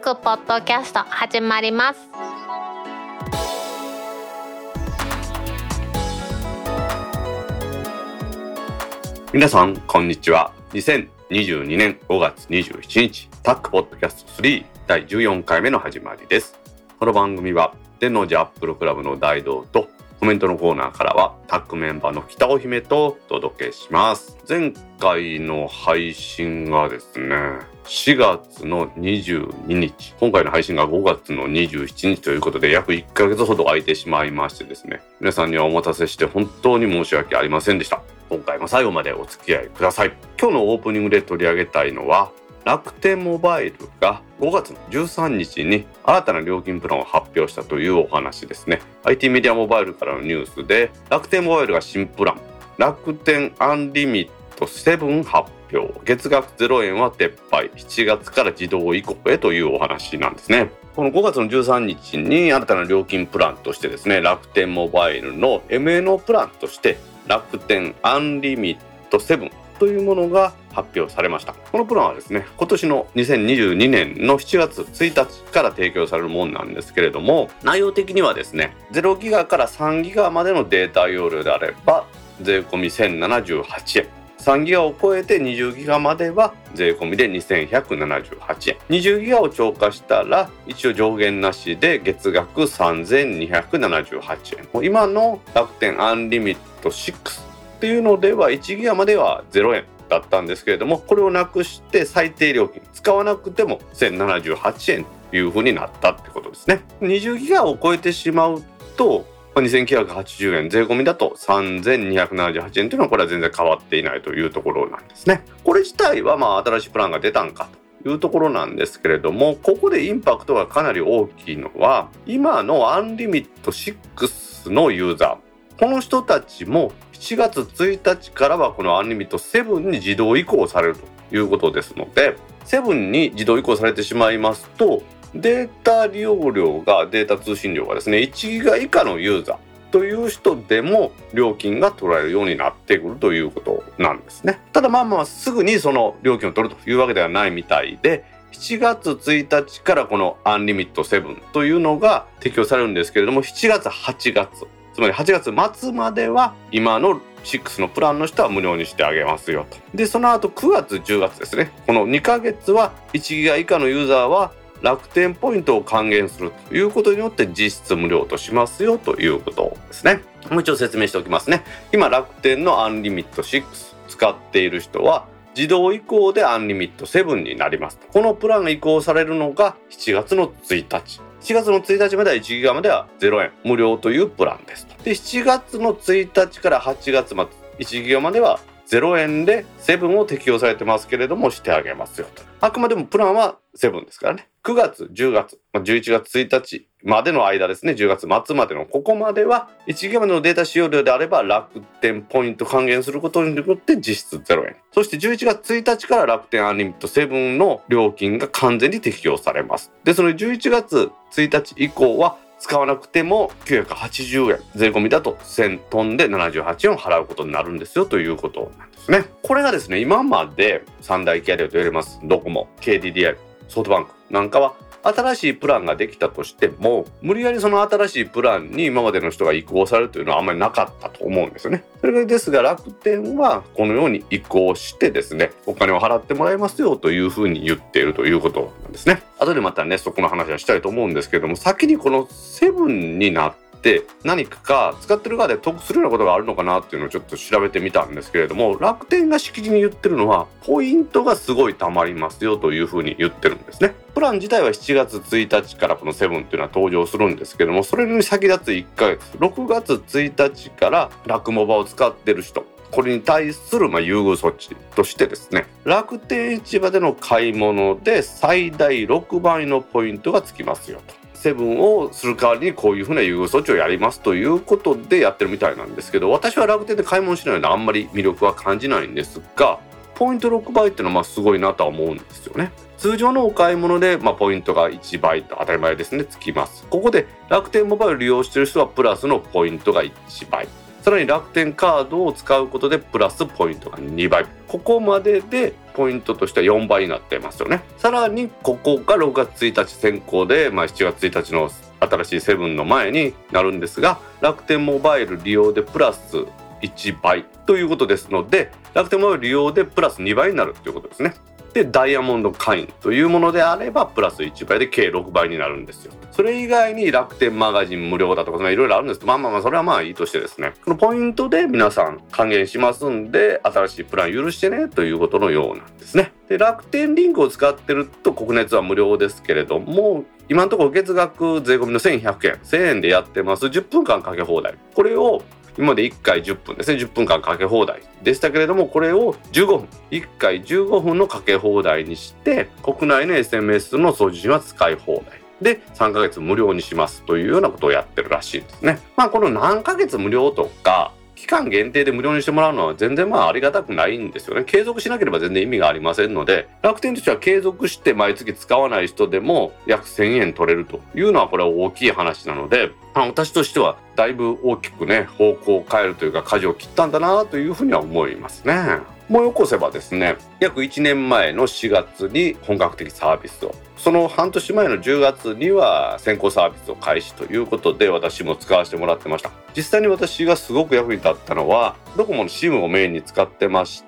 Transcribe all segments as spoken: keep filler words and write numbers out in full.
クポッドキャスト始まります。 皆さんこんにちは。にせんにじゅうにねんごがつにじゅうしちにちタックポッドキャストスリーだいじゅうよんかいめの始まりです。この番組は天王寺アップルクラブの大道とコメントのコーナーからはタックメンバーの北尾姫とお届けします。前回の配信がですねしがつのにじゅうににち、今回の配信がごがつのにじゅうしちにちということで約いっかげつほど空いてしまいましてですね、皆さんにはお待たせして本当に申し訳ありませんでした。今回も最後までお付き合いください。今日のオープニングで取り上げたいのは、楽天モバイルがごがつのじゅうさんにちに新たな料金プランを発表したというお話ですね。 アイティー メディアモバイルからのニュースで、楽天モバイルが新プラン楽天アンリミットセブン発表、月額ゼロえんは撤廃、しちがつから自動移行へというお話なんですね。このごがつのじゅうさんにちに新たな料金プランとしてですね、楽天モバイルの エムエヌオー プランとして楽天アンリミットセブンというものが発表されました。このプランはですね、今年のにせんにじゅうにねんのしちがつついたちから提供されるものなんですけれども、内容的にはですね、ゼロギガからさんギガまでのデータ容量であれば税込みせんななじゅうはちえん、さんギガを超えてにじゅうギガまでは税込みでにせんひゃくななじゅうはちえん、にじゅうギガを超過したら一応上限なしで月額さんぜんにひゃくななじゅうはちえん。今の楽天アンリミットシックスっていうのではいちギガまではゼロえんだったんですけれども、これをなくして最低料金使わなくてもせんななじゅうはちえんという風になったってことですね。にじゅうギガを超えてしまうとにせんきゅうひゃくはちじゅうえん、税込みだとさんぜんにひゃくななじゅうはちえんというのはこれは全然変わっていないというところなんですね。これ自体はまあ新しいプランが出たんかというところなんですけれども、ここでインパクトがかなり大きいのは、今のアンリミットシックスのユーザー、この人たちもしちがつついたちからはこのアンリミットセブンに自動移行されるということですので、セブンに自動移行されてしまいますと、データ利用量がデータ通信量がですねいちギガ以下のユーザーという人でも料金が取られるようになってくるということなんですね。ただまあまあすぐにその料金を取るというわけではないみたいで、しちがつついたちからこのアンリミットセブンというのが適用されるんですけれども、しちがつはちがつ、つまりはちがつまつまでは今のろくのプランの人は無料にしてあげますよと。でその後くがつじゅうがつですね、このにかげつはいちギガ以下のユーザーは楽天ポイントを還元するということによって実質無料としますよということですね。もう一度説明しておきますね。今楽天のアンリミットシックス使っている人は自動移行でアンリミットセブンになります。このプランが移行されるのがしちがつのついたち、しちがつのついたちまではいちギガまではゼロえん無料というプランですと。でしちがつのついたちからはちがつまついちギガまではゼロえんでセブンを適用されてますけれどもしてあげますよと。あくまでもプランはセブンですからね。くがつじゅうがつじゅういちがつついたちまでの間ですね、じゅうがつまつまでのここまではいちギガまでのデータ使用量であれば楽天ポイント還元することによって実質ゼロえん、そしてじゅういちがつついたちから楽天アンリミットセブンの料金が完全に適用されます。でそのじゅういちがつついたち以降は使わなくてもきゅうひゃくはちじゅうえん、税込みだとせん飛んでななじゅうはちえんを払うことになるんですよということなんですね。これがですね、今まで三大キャリアと言われますドコモ、ケーディーディーアイ、ソフトバンクなんかは新しいプランができたとしても無理やりその新しいプランに今までの人が移行されるというのはあんまりなかったと思うんですよね。それですが楽天はこのように移行してですね、お金を払ってもらいますよというふうに言っているということなんですね。後でまたねそこの話はしたいと思うんですけれども、先にこのセブンになってで何かか使ってる側で得するようなことがあるのかなっていうのをちょっと調べてみたんですけれども、楽天がしきりに言ってるのはポイントがすごい貯まりますよというふうに言ってるんですね。プラン自体はしちがつついたちからこのセブンっていうのは登場するんですけども、それに先立ついっかげつろくがつついたちから楽モバを使ってる人、これに対するまあ優遇措置としてですね、楽天市場での買い物で最大ろくばいのポイントがつきますよと。セブンをする代わりにこういうふうな優遇措置をやりますということでやってるみたいなんですけど、私は楽天で買い物しないのであんまり魅力は感じないんですが、ポイントろくばいっていうのはまあすごいなとは思うんですよね。通常のお買い物でまあポイントがいちばいと当たり前ですねつきます。ここで楽天モバイル利用している人はプラスのポイントがいちばい、ささらに楽天カードを使うことでプラスポイントがにばい、ここまででポイントとしてはよんばいになっていますよね。さらにここがろくがつついたち先行で、まあ、しちがつついたちの新しいセブンの前になるんですが、楽天モバイル利用でプラスいちばいということですので、楽天モバイル利用でプラスにばいになるということですね。でダイヤモンド会員というものであればプラスいちばいで計ろくばいになるんですよ。それ以外に楽天マガジン無料だとかいろいろあるんですけど、まあまあまあそれはまあいいとしてですね、このポイントで皆さん還元しますんで、新しいプラン許してねということのようなんですね。で楽天リンクを使ってると国熱は無料ですけれども、今のところ月額税込みのせんひゃくえんせんえんでやってます。じゅっぷんかんかけ放題、これを今までいっかいじゅっぷんですね、じゅっぷんかんかけ放題でしたけれども、これをじゅうごふん、いっかいじゅうごふんのかけ放題にして、国内の エスエムエス の送受信は使い放題でさんかげつ無料にしますというようなことをやってるらしいですね。まあこの何ヶ月無料とか期間限定で無料にしてもらうのは全然まあありがたくないんですよね。継続しなければ全然意味がありませんので、楽天としては継続して毎月使わない人でも約せんえん取れるというのはこれは大きい話なので、私としてはだいぶ大きくね方向を変えるというか舵を切ったんだなというふうには思いますね。もう起こせばですね、約いちねんまえのしがつに本格的サービスを、その半年前のじゅうがつには先行サービスを開始ということで私も使わせてもらってました。実際に私がすごく役に立ったのは、ドコモの シム をメインに使ってまして、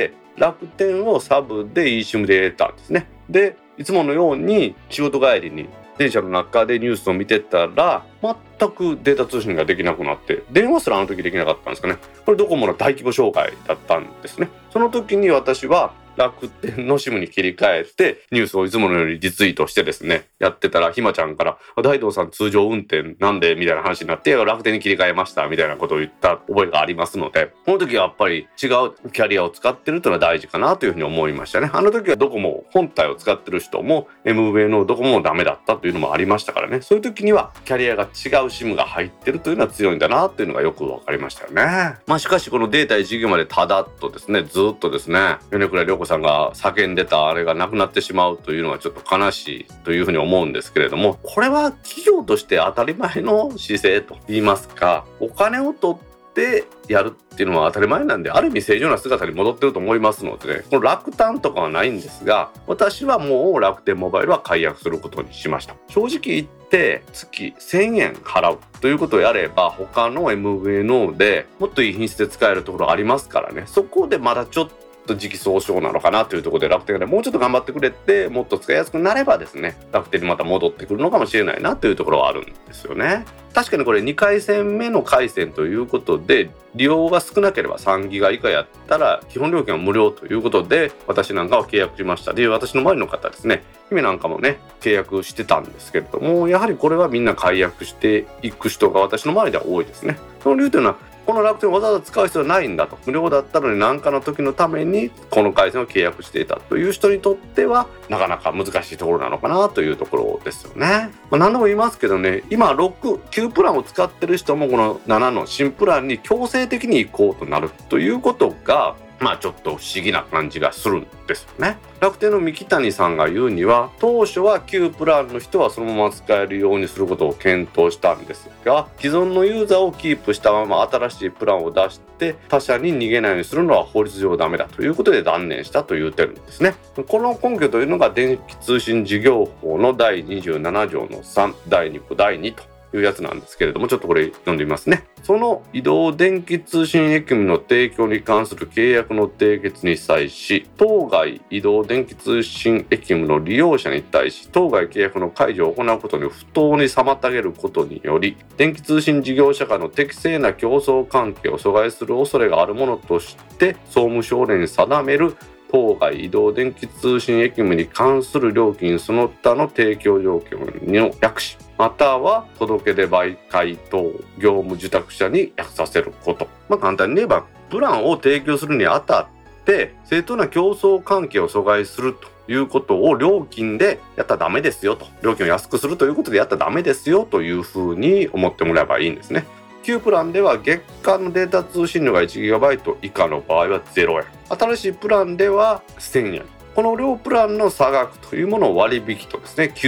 楽天をサブで eSIM で得たんですね。でいつものように仕事帰りに電車の中でニュースを見てたら全くデータ通信ができなくなって、電話すらあの時できなかったんですかね。これドコモの大規模障害だったんですね。その時に私は楽天の シム に切り替えてニュースをいつものようにリツイートしてですねやってたら、ひまちゃんから大道さん通常運転なんでみたいな話になって、楽天に切り替えましたみたいなことを言った覚えがありますので、この時はやっぱり違うキャリアを使ってるというのは大事かなというふうに思いましたね。あの時はドコモ本体を使ってる人も エムウェイ のドコモもダメだったというのもありましたからね。そういう時にはキャリアが違う シム が入ってるというのは強いんだなというのがよく分かりましたよね。まあしかしこのデータ一行までただっとですね、ずっとですね米倉涼子さんが叫んでたあれがなくなってしまうというのはちょっと悲しいというふうに思うんですけれども、これは企業として当たり前の姿勢と言いますか、お金を取ってやるっていうのは当たり前なんで、ある意味正常な姿に戻ってると思いますのでね、この落胆とかはないんですが、私はもう楽天モバイルは解約することにしました。正直言って月せんえん払うということをやれば他の エムウェイ のでもっといい品質で使えるところありますからね。そこでまだちょっと時期尚早なのかなというところで、楽天がもうちょっと頑張ってくれてもっと使いやすくなればですね、楽天にまた戻ってくるのかもしれないなというところはあるんですよね。確かにこれにかい戦目の回線ということで利用が少なければさんギガ以下やったら基本料金は無料ということで私なんかは契約しました。で私の周りの方ですね、姫なんかもね契約してたんですけれども、やはりこれはみんな解約していく人が私の周りでは多いですね。その理由というのは、この楽天をわざわざ使う必要はないんだと、無料だったのに何かの時のためにこの回線を契約していたという人にとってはなかなか難しいところなのかなというところですよね。まあ、何度も言いますけどね、今ろく、きゅうプランを使ってる人もこのななの新プランに強制的に移行となるということがまあちょっと不思議な感じがするんですよね。楽天の三木谷さんが言うには、当初は旧プランの人はそのまま使えるようにすることを検討したんですが、既存のユーザーをキープしたまま新しいプランを出して他社に逃げないようにするのは法律上ダメだということで断念したと言ってるんですね。この根拠というのが電気通信事業法のだいにじゅうななじょうのさんだいにこだいにというやつなんですけれども、ちょっとこれ読んでみますね。その移動電気通信役務の提供に関する契約の締結に際し、当該移動電気通信役務の利用者に対し当該契約の解除を行うことに不当に妨げることにより、電気通信事業者間の適正な競争関係を阻害する恐れがあるものとして総務省令に定める当該移動電気通信役務に関する料金その他の提供状況の訳し、または届け出媒介等業務受託者に訳させること。まあ簡単に言えばプランを提供するにあたって正当な競争関係を阻害するということを料金でやったらダメですよと、料金を安くするということでやったらダメですよというふうに思ってもらえばいいんですね。旧プランでは月間のデータ通信量が いちギガバイト 以下の場合はゼロえん、新しいプランではせんえん。この両プランの差額というものを割引とですね、旧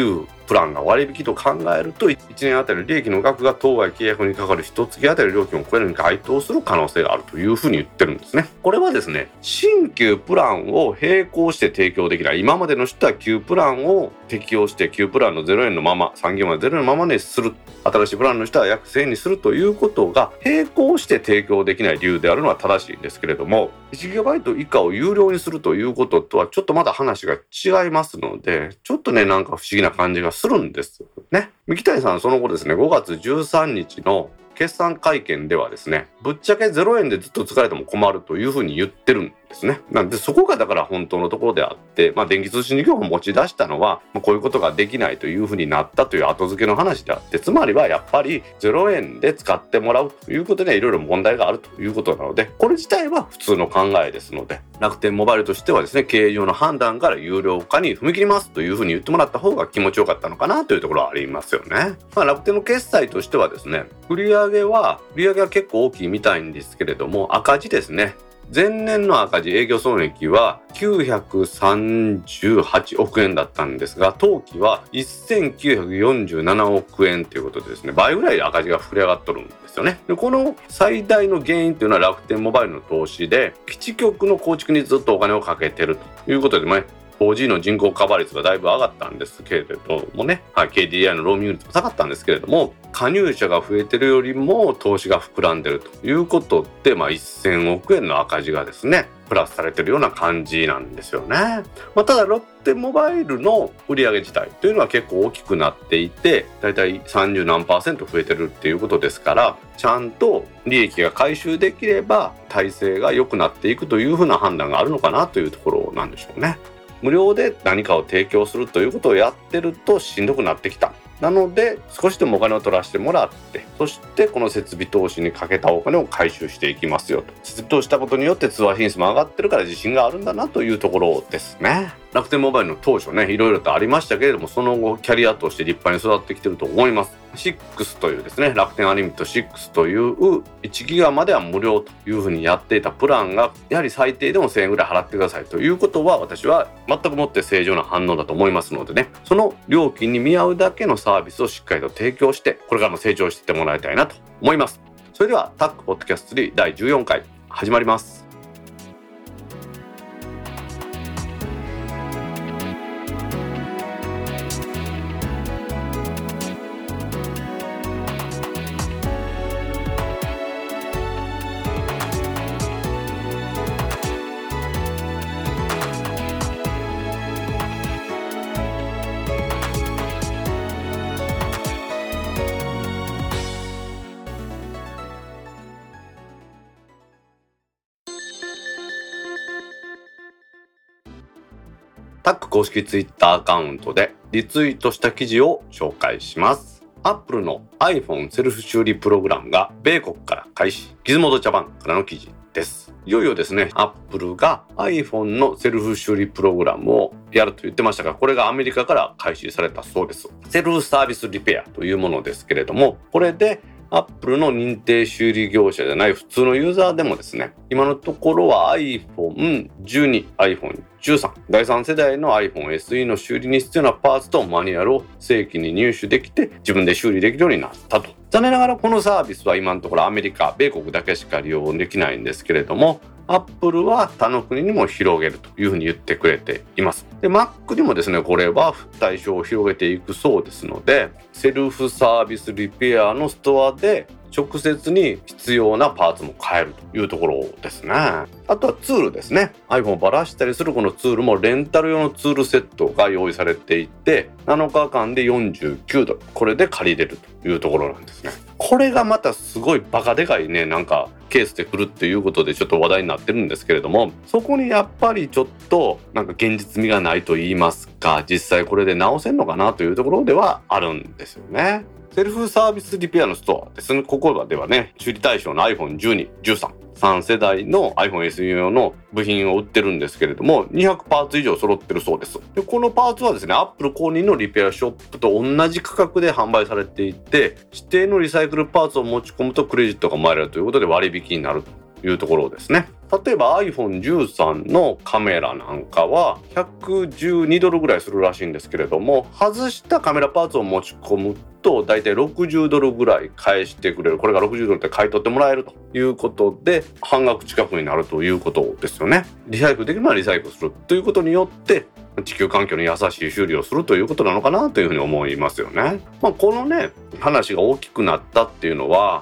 プランが割引と考えるといちねんあたりの利益の額が当該契約にかかるいっかげつあたり料金を超えるのに該当する可能性があるというふうに言ってるんですね。これはですね、新旧プランを並行して提供できない、今までの人は旧プランを適用して旧プランのゼロえんのままさんギガバイトゼロえんのままにする、新しいプランの人は約せんえんにするということが並行して提供できない理由であるのは正しいんですけれども、いちギガバイト以下を有料にするということとはちょっとまだ話が違いますので、ちょっとねなんか不思議な感じがするんですね。三木谷さんその後ですね、ごがつじゅうさんにちの決算会見ではですね、ぶっちゃけゼロえんでずっと使われても困るというふうに言ってるんですね。なんでそこがだから本当のところであって、まあ、電気通信事業を持ち出したのは、まあ、こういうことができないというふうになったという後付けの話であって、つまりはやっぱりゼロえんで使ってもらうということでいろいろ問題があるということなので、これ自体は普通の考えですので、楽天モバイルとしてはですね、経営上の判断から有料化に踏み切りますというふうに言ってもらった方が気持ちよかったのかなというところはありますよね。まあ、楽天の決済としてはですね、売上は売上は結構大きいみたいんですけれども、赤字ですね。前年の赤字営業損益はきゅうひゃくさんじゅうはちおくえんだったんですが、当期はせんきゅうひゃくよんじゅうななおくえんということでですね、倍ぐらい赤字が膨れ上がっとるんですよね。でこの最大の原因というのは楽天モバイルの投資で、基地局の構築にずっとお金をかけてるということでね、フォージー の人口カバー率がだいぶ上がったんですけれどもね、はい、ケーディーアイ のローミング率も下がったんですけれども、加入者が増えてるよりも投資が膨らんでるということで、まあ、せんおくえんの赤字がですねプラスされてるような感じなんですよね。まあ、ただロッテモバイルの売上自体というのは結構大きくなっていて、だいたいさんじゅうなんパーセント増えてるっていうことですから、ちゃんと利益が回収できれば体制が良くなっていくというふうな判断があるのかなというところなんでしょうね。無料で何かを提供するということをやってるとしんどくなってきた。なので少しでもお金を取らせてもらって、そしてこの設備投資にかけたお金を回収していきますよと。設備投資したことによって通話品質も上がってるから自信があるんだなというところですね。楽天モバイルの当初ね、いろいろとありましたけれども、その後キャリアとして立派に育ってきてると思います。シックスというですね、楽天アニメットシックスといういちギガまでは無料というふうにやっていたプランが、やはり最低でもせんえんぐらい払ってくださいということは、私は全くもって正常な反応だと思いますのでね、その料金に見合うだけのサービスをしっかりと提供して、これからも成長していってもらいたいなと思います。それではタックポッドキャストスリーだいじゅうよんかい始まります。タック公式ツイッターアカウントでリツイートした記事を紹介します。アップルの iPhone セルフ修理プログラムが米国から開始。ギズモードジャパンからの記事です。いよいよですね、アップルが iPhone のセルフ修理プログラムをやると言ってましたが、これがアメリカから開始されたそうです。セルフサービスリペアというものですけれども、これでアップルの認定修理業者じゃない普通のユーザーでもですね、今のところは アイフォンじゅうに、アイフォンじゅうさん、だいさん世代の iPhone エスイー の修理に必要なパーツとマニュアルを正規に入手できて、自分で修理できるようになったと。残念ながらこのサービスは今のところアメリカ、米国だけしか利用できないんですけれども、アップルは他の国にも広げるというふうに言ってくれています。で、Mac にもですね、これは対象を広げていくそうですので、セルフサービスリペアのストアで直接に必要なパーツも買えるというところですね。あとはツールですね。 iPhone をばらしたりするこのツールもレンタル用のツールセットが用意されていて、なのかかんでよんじゅうきゅうドル、これで借りれるというところなんですね。これがまたすごいバカでかいね、なんかケースで来るっていうことでちょっと話題になってるんですけれども、そこにやっぱりちょっとなんか現実味がないと言いますか、実際これで直せんのかなというところではあるんですよね。セルフサービスリペアのストアですね、ここではね、修理対象の アイフォンじゅうに、じゅうさん、さん世代の iPhone エスイー 用の部品を売ってるんですけれども、にひゃくパーツ以上揃ってるそうです。で、このパーツはですね、Apple 公認のリペアショップと同じ価格で販売されていて、指定のリサイクルパーツを持ち込むとクレジットがもらえるということで割引になるというところですね。 例えば アイフォンじゅうさん のカメラなんかはひゃくじゅうにドルぐらいするらしいんですけれども、外したカメラパーツを持ち込むとだいたいろくじゅうドルぐらい返してくれる。これがろくじゅうドルで買い取ってもらえるということで、半額近くになるということですよね。リサイクルできるのはリサイクルするということによって地球環境に優しい修理をするということなのかなというふうに思いますよね。まあ、このね話が大きくなったっていうのは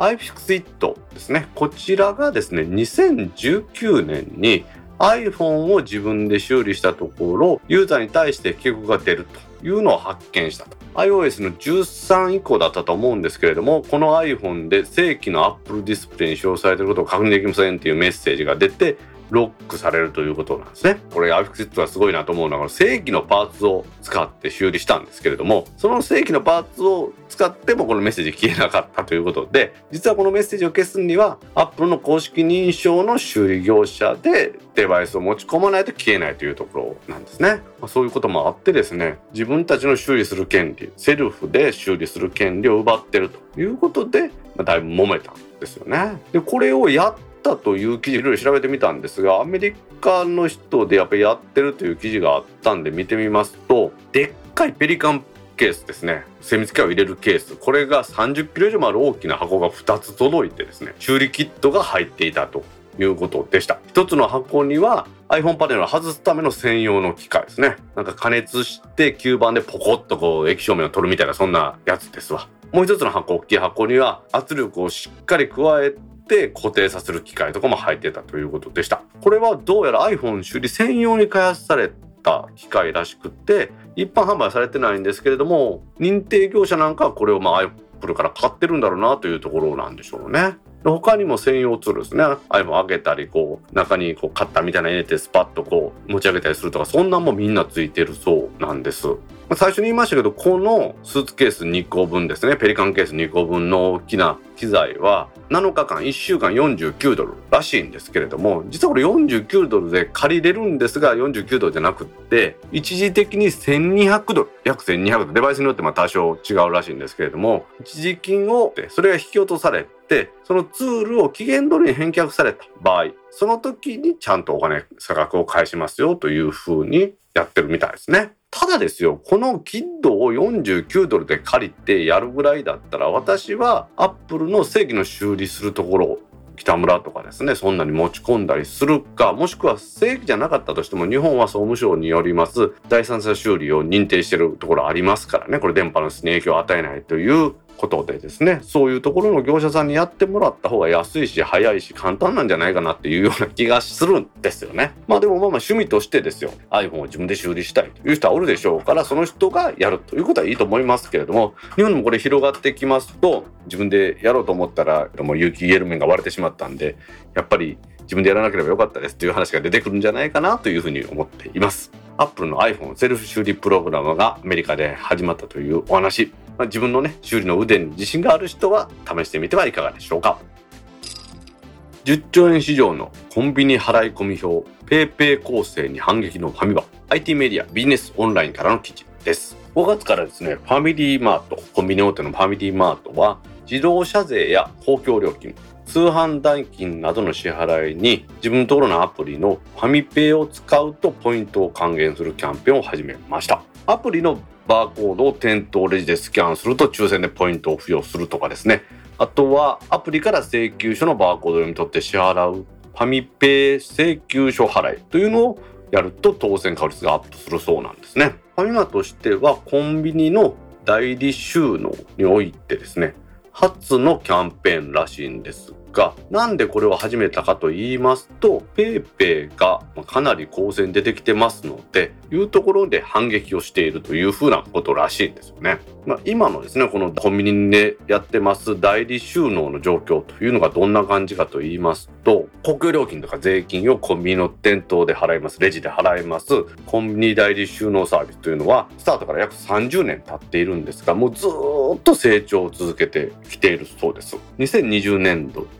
iFixit ですね。こちらがですねにせんじゅうきゅうねんに iPhone を自分で修理したところユーザーに対して警告が出るというのを発見したと。 iOS のじゅうさん以降だったと思うんですけれども、この iPhone で正規の Apple ディスプレイに使用されていることを確認できませんっていうメッセージが出てロックされるということなんですね。これ iFixit はすごいなと思うのは正規のパーツを使って修理したんですけれども、その正規のパーツを使ってもこのメッセージ消えなかったということで、実はこのメッセージを消すには Apple の公式認証の修理業者でデバイスを持ち込まないと消えないというところなんですね。まあ、そういうこともあってですね、自分たちの修理する権利、セルフで修理する権利を奪っているということで、まあ、だいぶ揉めたんですよね。でこれをやっという記事いろいろ調べてみたんですが、アメリカの人でやっぱりやってるという記事があったんで見てみますと、でっかいペリカンケースですね、精密機械を入れるケース、これがさんじゅっキロ以上もある大きな箱がふたつ届いてですね、修理キットが入っていたということでした。一つの箱には iPhone パネルを外すための専用の機械ですね。なんか加熱して吸盤でポコッとこう液晶面を取るみたいなそんなやつですわ。もう一つの箱、大きい箱には圧力をしっかり加えてで固定させる機械とかも入ってたということでした。これはどうやら iPhone 修理専用に開発された機械らしくて、一般販売されてないんですけれども、認定業者なんかはこれをまあ Apple から買ってるんだろうなというところなんでしょうね。他にも専用ツールですね。 iPhone 開けたりこう中にこうカッターみたいなの入れてスパッとこう持ち上げたりするとか、そんなんもみんなついてるそうなんです。最初に言いましたけど、このスーツケースにこぶんですね、ペリカンケースにこぶんの大きな機材はなのかかんいっしゅうかんよんじゅうきゅうドルらしいんですけれども、実はこれよんじゅうきゅうドルで借りれるんですが、よんじゅうきゅうドルじゃなくって一時的にせんにひゃくドル、約せんにひゃくドル、デバイスによってまあ多少違うらしいんですけれども、一時金をそれが引き落とされて、そのツールを期限通りに返却された場合、その時にちゃんとお金差額を返しますよという風にやってるみたいですね。ただですよ、このキットをよんじゅうきゅうドルで借りてやるぐらいだったら、私はアップルの正規の修理するところ、北村とかですね、そんなに持ち込んだりするか、もしくは正規じゃなかったとしても日本は総務省によります第三者修理を認定しているところありますからね、これ電波の質に影響を与えないということでですね、そういうところの業者さんにやってもらった方が安いし早いし簡単なんじゃないかなっていうような気がするんですよね。まあでもまあまあ趣味としてですよ、 iPhone を自分で修理したいという人はおるでしょうから、その人がやるということはいいと思いますけれども、日本でもこれ広がってきますと、自分でやろうと思ったらもう有機 イーエル 面が割れてしまったんで、やっぱり自分でやらなければよかったですという話が出てくるんじゃないかなというふうに思っています。アップルの iPhone セルフ修理プログラムがアメリカで始まったというお話、まあ、自分のね修理の腕に自信がある人は試してみてはいかがでしょうか。じゅっちょうえん市場のコンビニ払い込み表、ペイペイ構成に反撃のファミマ。 アイティー メディアビジネスオンラインからの記事です。ごがつからですね、ファミリーマート、コンビニ大手のファミリーマートは自動車税や公共料金、通販代金などの支払いに自分のところのアプリのファミペイを使うとポイントを還元するキャンペーンを始めました。アプリのバーコードを店頭レジでスキャンすると抽選でポイントを付与するとかですね、あとはアプリから請求書のバーコードを読み取って支払うファミペイ請求書払いというのをやると当選確率がアップするそうなんですね。ファミマとしてはコンビニの代理収納においてですね、初のキャンペーンらしいんですが、なんでこれを始めたかと言いますと、ペイペイがかなり好戦出てきてますので、いうところで反撃をしているというふうなことらしいんですよね。まあ、今のですね、このコンビニでやってます代理収納の状況というのがどんな感じかと言いますと、公共料金とか税金をコンビニの店頭で払います、レジで払いますコンビニ代理収納サービスというのはスタートから約さんじゅうねん経っているんですが、もうずーっと成長を続けてきているそうです。にせんにじゅうねんどで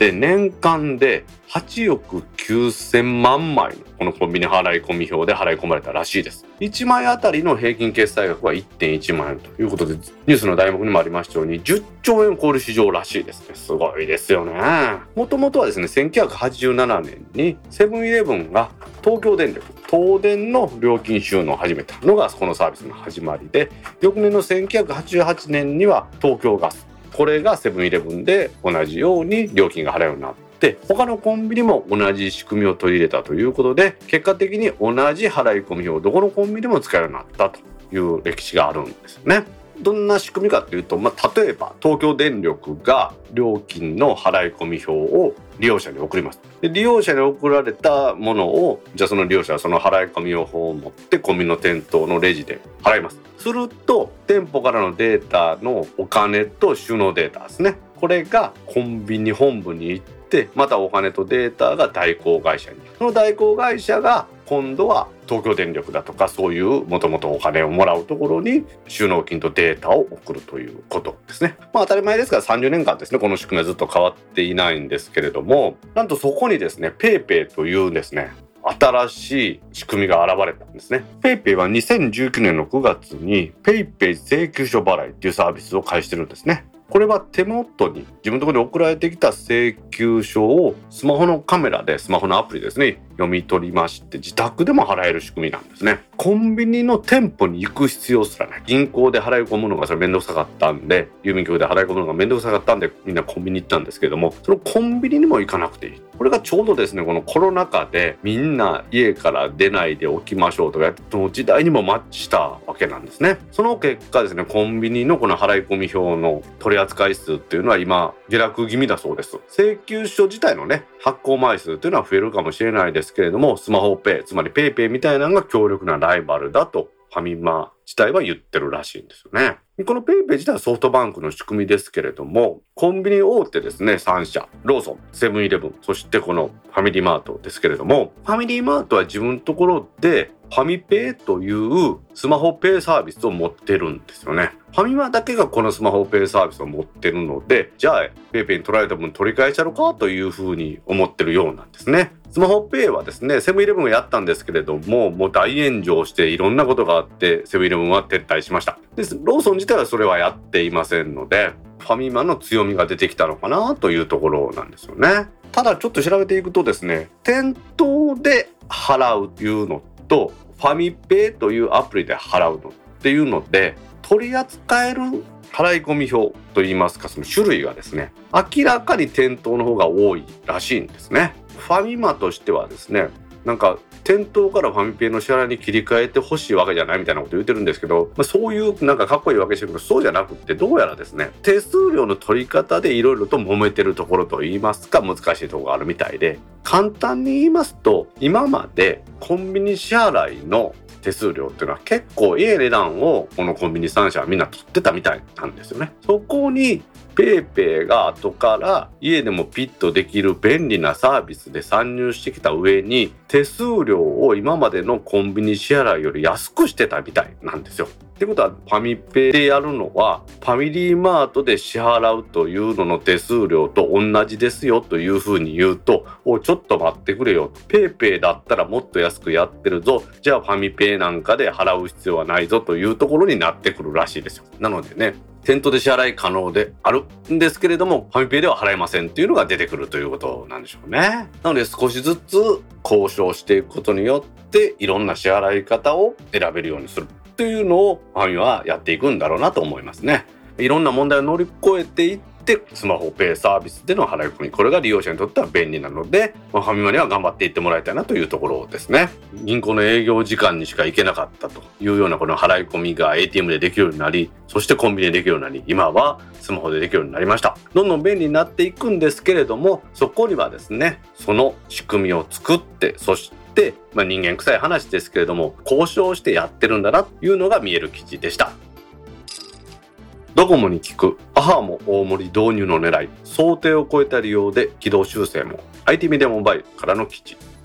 で年間ではちおくきゅうせんまんまいのこのコンビニ払い込み票で払い込まれたらしいです。いちまいあたりの平均決済額は いってんいちまんえんということで、ニュースの題目にもありましたようにじゅっちょうえんを超える市場らしいですね。すごいですよね。もともとはですね、せんきゅうひゃくはちじゅうななねんにセブンイレブンが東京電力東電の料金収納を始めたのがこのサービスの始まりで、翌年のせんきゅうひゃくはちじゅうはちねんには東京ガス、これがセブンイレブンで同じように料金が払えるようになって、他のコンビニも同じ仕組みを取り入れたということで、結果的に同じ払い込み票をどこのコンビニでも使えるようになったという歴史があるんですよね。どんな仕組みかというと、まあ、例えば東京電力が料金の払い込み票を利用者に送ります。で利用者に送られたものを、じゃあその利用者はその払い込み票を持ってコンビニの店頭のレジで払います。すると店舗からのデータのお金と収納データですね、これがコンビニ本部に行って、またお金とデータが代行会社に、その代行会社が今度は東京電力だとか、そういうもともとお金をもらうところに収納金とデータを送るということですね。まあ当たり前ですがさんじゅうねんかんですね、この仕組みはずっと変わっていないんですけれども、なんとそこにですね PayPay というですね新しい仕組みが現れたんですね。PayPay はにせんじゅうきゅうねんのくがつに PayPay 請求書払いっていうサービスを開始してるんですね。これは手元に自分のところに送られてきた請求書をスマホのカメラで、スマホのアプリですね、読み取りまして自宅でも払える仕組みなんですね。コンビニの店舗に行く必要すらない。銀行で払い込むのがそれめんどくさかったんで、郵便局で払い込むのがめんどくさかったんで、みんなコンビニ行ったんですけれども、そのコンビニにも行かなくていい。これがちょうどですね、このコロナ禍でみんな家から出ないでおきましょうとか、その時代にもマッチしたわけなんですね。その結果ですね、コンビニのこの払い込み票の取り扱い数っていうのは今下落気味だそうです。請求書自体のね発行枚数というのは増えるかもしれないですけれども、スマホペイ、つまり PayPay みたいなのが強力なライバルだとファミマ自体は言ってるらしいんですよね。この PayPay 自体はソフトバンクの仕組みですけれども、コンビニ大手ですねさんしゃ、ローソン、セブンイレブン、そしてこのファミリーマートですけれども、ファミリーマートは自分のところでファミペイというスマホペイサービスを持ってるんですよね。ファミマだけがこのスマホペイサービスを持ってるので、じゃあ PayPay に取られた分取り返しちゃろかというふうに思ってるようなんですね。スマホペイはですね、セブンイレブンがやったんですけれども、もう大炎上していろんなことがあってセブンイレブンは撤退しました。でローソン自体はそれはやっていませんので、ファミマの強みが出てきたのかなというところなんですよね。ただちょっと調べていくとですね、店頭で払うというのとファミペイというアプリで払うのっていうので、取り扱える払い込み票といいますか、その種類がですね明らかに店頭の方が多いらしいんですね。ファミマとしてはですね、なんか店頭からファミペイの支払いに切り替えてほしいわけじゃないみたいなこと言ってるんですけど、まあ、そういうなんかかっこいいわけですけど、そうじゃなくって、どうやらですね手数料の取り方でいろいろと揉めてるところといいますか、難しいところがあるみたいで、簡単に言いますと、今までコンビニ支払いの手数料っていうのは結構いい値段をこのコンビニさんしゃはみんな取ってたみたいなんですよね。そこにPayPayが後から家でもピッとできる便利なサービスで参入してきた上に、手数料を今までのコンビニ支払いより安くしてたみたいなんですよ。ってことはファミペイでやるのはファミリーマートで支払うというのの手数料と同じですよというふうに言うと、おちょっと待ってくれよ、PayPayだったらもっと安くやってるぞ、じゃあファミペイなんかで払う必要はないぞというところになってくるらしいですよ。なのでね、店頭で支払い可能であるんですけれども、ファミペイでは払えませんっていうのが出てくるということなんでしょうね。なので少しずつ交渉していくことによっていろんな支払い方を選べるようにするというのをファミはやっていくんだろうなと思いますね。いろんな問題を乗り越えていってスマホペイサービスでの払い込み、これが利用者にとっては便利なので、ファミマには頑張っていってもらいたいなというところですね。銀行の営業時間にしか行けなかったというようなこの払い込みが エーティーエム でできるようになり、そしてコンビニでできるようになり、今はスマホでできるようになりました。どんどん便利になっていくんですけれども、そこにはですねその仕組みを作って、そしてでまあ、人間臭い話ですけれども交渉してやってるんだなというのが見える記事でした。ドコモに聞くアハモ大盛り導入の狙い、想定を超えた利用で軌道修正も。 アイティー メディアモバイルからの記事です。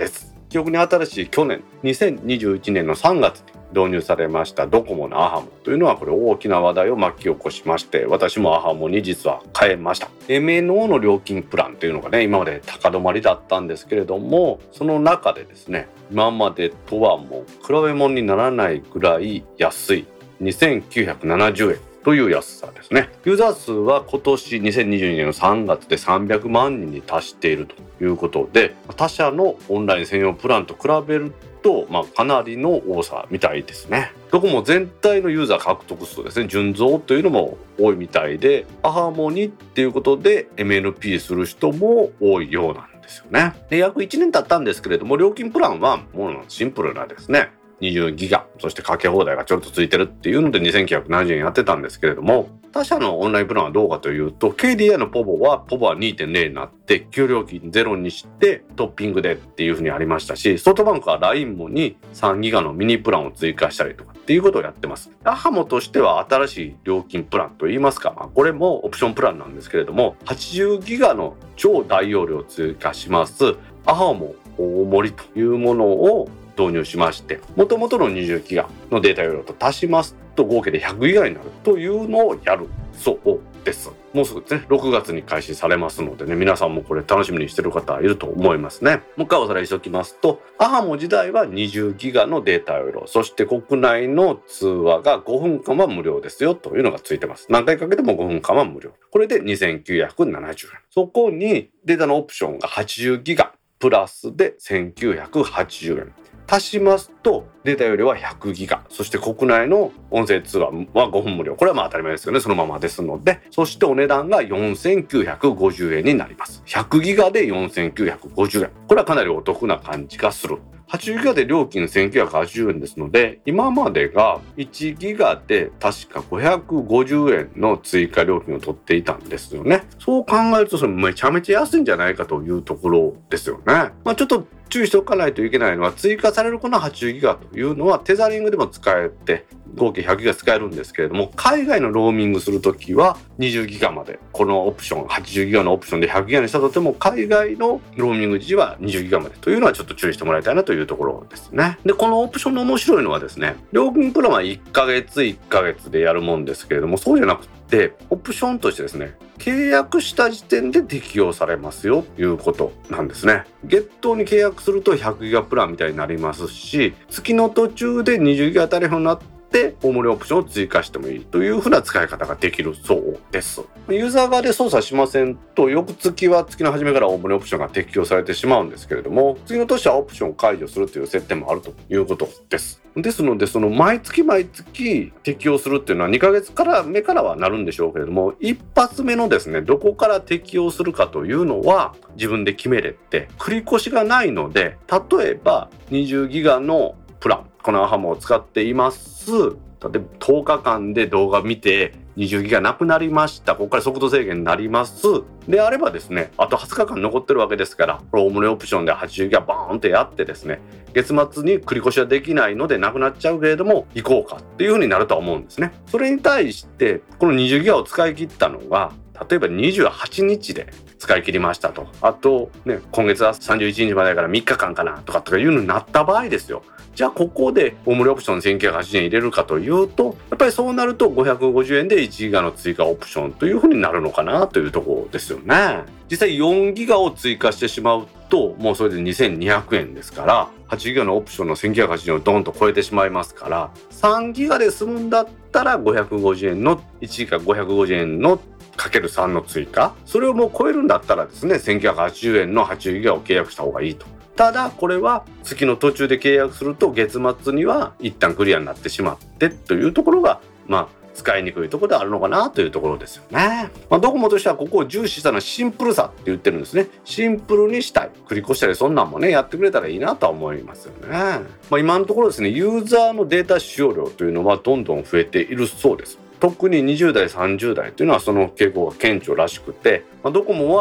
記憶に新しい去年にせんにじゅういちねんのさんがつに導入されましたドコモのアハモというのはこれ大きな話題を巻き起こしまして、私もアハモに実は変えました。 エムエヌオー の料金プランというのがね今まで高止まりだったんですけれども、その中でですね今までとはもう比べ物にならないぐらい安いにせんきゅうひゃくななじゅうえんという安さですね。ユーザー数は今年にせんにじゅうにねんのさんがつでさんびゃくまんにんに達しているということで、他社のオンライン専用プランと比べると、まあ、かなりの多さみたいですね。どこも全体のユーザー獲得数ですね、純増というのも多いみたいで、アハモにっていうことで エムエヌピー する人も多いようなんですよね。で約いちねん経ったんですけれども、料金プランはもうシンプルなですねにじゅうギガ、そしてかけ放題がちょっとついてるっていうのでにせんきゅうひゃくななじゅうえんやってたんですけれども、他社のオンラインプランはどうかというと ケーディーアイ のポボはポボは にてんゼロ になって給料金ゼロにしてトッピングでっていう風にありましたし、ソフトバンクは ライン もにさんギガのミニプランを追加したりとかっていうことをやってます。アハモとしては新しい料金プランといいますか、まあ、これもオプションプランなんですけれどもはちじゅうギガの超大容量を追加しますアハモ大盛りというものを導入しまして、元々のにじゅうギガのデータ容量と足しますと合計でひゃくギガになるというのをやるそうです。もうすぐですねろくがつに開始されますのでね、皆さんもこれ楽しみにしてる方いると思いますね。もう一回おさらいしておきますと、アハモ時代はにじゅうギガのデータ容量、そして国内の通話がごふんかんは無料ですよというのがついてます。何回かけてもごふんかんは無料、これでにせんきゅうひゃくななじゅうえん。そこにデータのオプションがはちじゅうギガプラスでせんきゅうひゃくはちじゅうえん、足しますとデータ容量はひゃくギガ、そして国内の音声通話はごふん無料、これはまあ当たり前ですよね、そのままですので、そしてお値段がよんせんきゅうひゃくごじゅうえんになります。ひゃくギガでよんせんきゅうひゃくごじゅうえん、これはかなりお得な感じがする。はちじゅうギガで料金せんきゅうひゃくはちじゅうえんですので、今までがいちギガで確かごひゃくごじゅうえんの追加料金を取っていたんですよね。そう考えるとそれめちゃめちゃ安いんじゃないかというところですよね。まあ、ちょっと注意しておかないといけないのは、追加されるこのはちじゅうギガというのはテザリングでも使えて合計ひゃくギガ使えるんですけれども、海外のローミングするときはにじゅうギガまで、このオプションはちじゅうギガのオプションでひゃくギガにしたとても海外のローミング時はにじゅうギガまでというのはちょっと注意してもらいたいなというところですね。でこのオプションの面白いのはですね、料金プランはいっかげついっかげつでやるもんですけれども、そうじゃなくてオプションとしてですね、契約した時点で適用されますよということなんですね。月頭に契約するとひゃくギガプランみたいになりますし、月の途中でにじゅうギガタリフになって大盛りオプションを追加してもいいというふうな使い方ができるそうです。ユーザー側で操作しませんと、翌月は月の初めから大盛りオプションが適用されてしまうんですけれども、次の年はオプションを解除するという設定もあるということです。ですので、その毎月毎月適用するっていうのはにかげつから目からはなるんでしょうけれども、一発目のですねどこから適用するかというのは自分で決めれて、繰り越しがないので、例えばにじゅうギガのプラン、このアハモを使っています。例えばとおかかんで動画見てにじゅうギガなくなりました、ここから速度制限になりますであればですね、あとはつかかん残ってるわけですから、大盛りオプションではちじゅうギガバーンってやってですね、月末に繰り越しはできないのでなくなっちゃうけれども行こうかっていう風になるとは思うんですね。それに対してこのにじゅうギガを使い切ったのが例えばにじゅうはちにちで使い切りましたと、あとね今月はさんじゅういちにちまでだからみっかかんかなとかとかいうのになった場合ですよ、じゃあここで大盛りオプションせんきゅうひゃくはちじゅうえん入れるかというと、やっぱりそうなるとごひゃくごじゅうえんでいちギガの追加オプションという風になるのかなというところですよね。実際よんギガを追加してしまうともうそれでにせんにひゃくえんですから、はちギガのオプションのせんきゅうひゃくはちじゅうえんをドンと超えてしまいますから、さんギガで済むんだったらごひゃくごじゅうえんのいちギガごひゃくごじゅうえんのかけるさんの追加、それをもう超えるんだったらですねせんきゅうひゃくはちじゅうえんのはちじゅうギガを契約した方がいいと。ただこれは月の途中で契約すると月末には一旦クリアになってしまってというところがまあ使いにくいところであるのかなというところですよね。まあ、ドコモとしてはここを重視したのはシンプルさって言ってるんですね。シンプルにしたい、繰り越したりそんなんもねやってくれたらいいなとは思いますよね。まあ、今のところですねユーザーのデータ使用量というのはどんどん増えているそうです。特ににじゅうだいさんじゅうだいというのはその傾向が顕著らしくて、まあ、ドコモは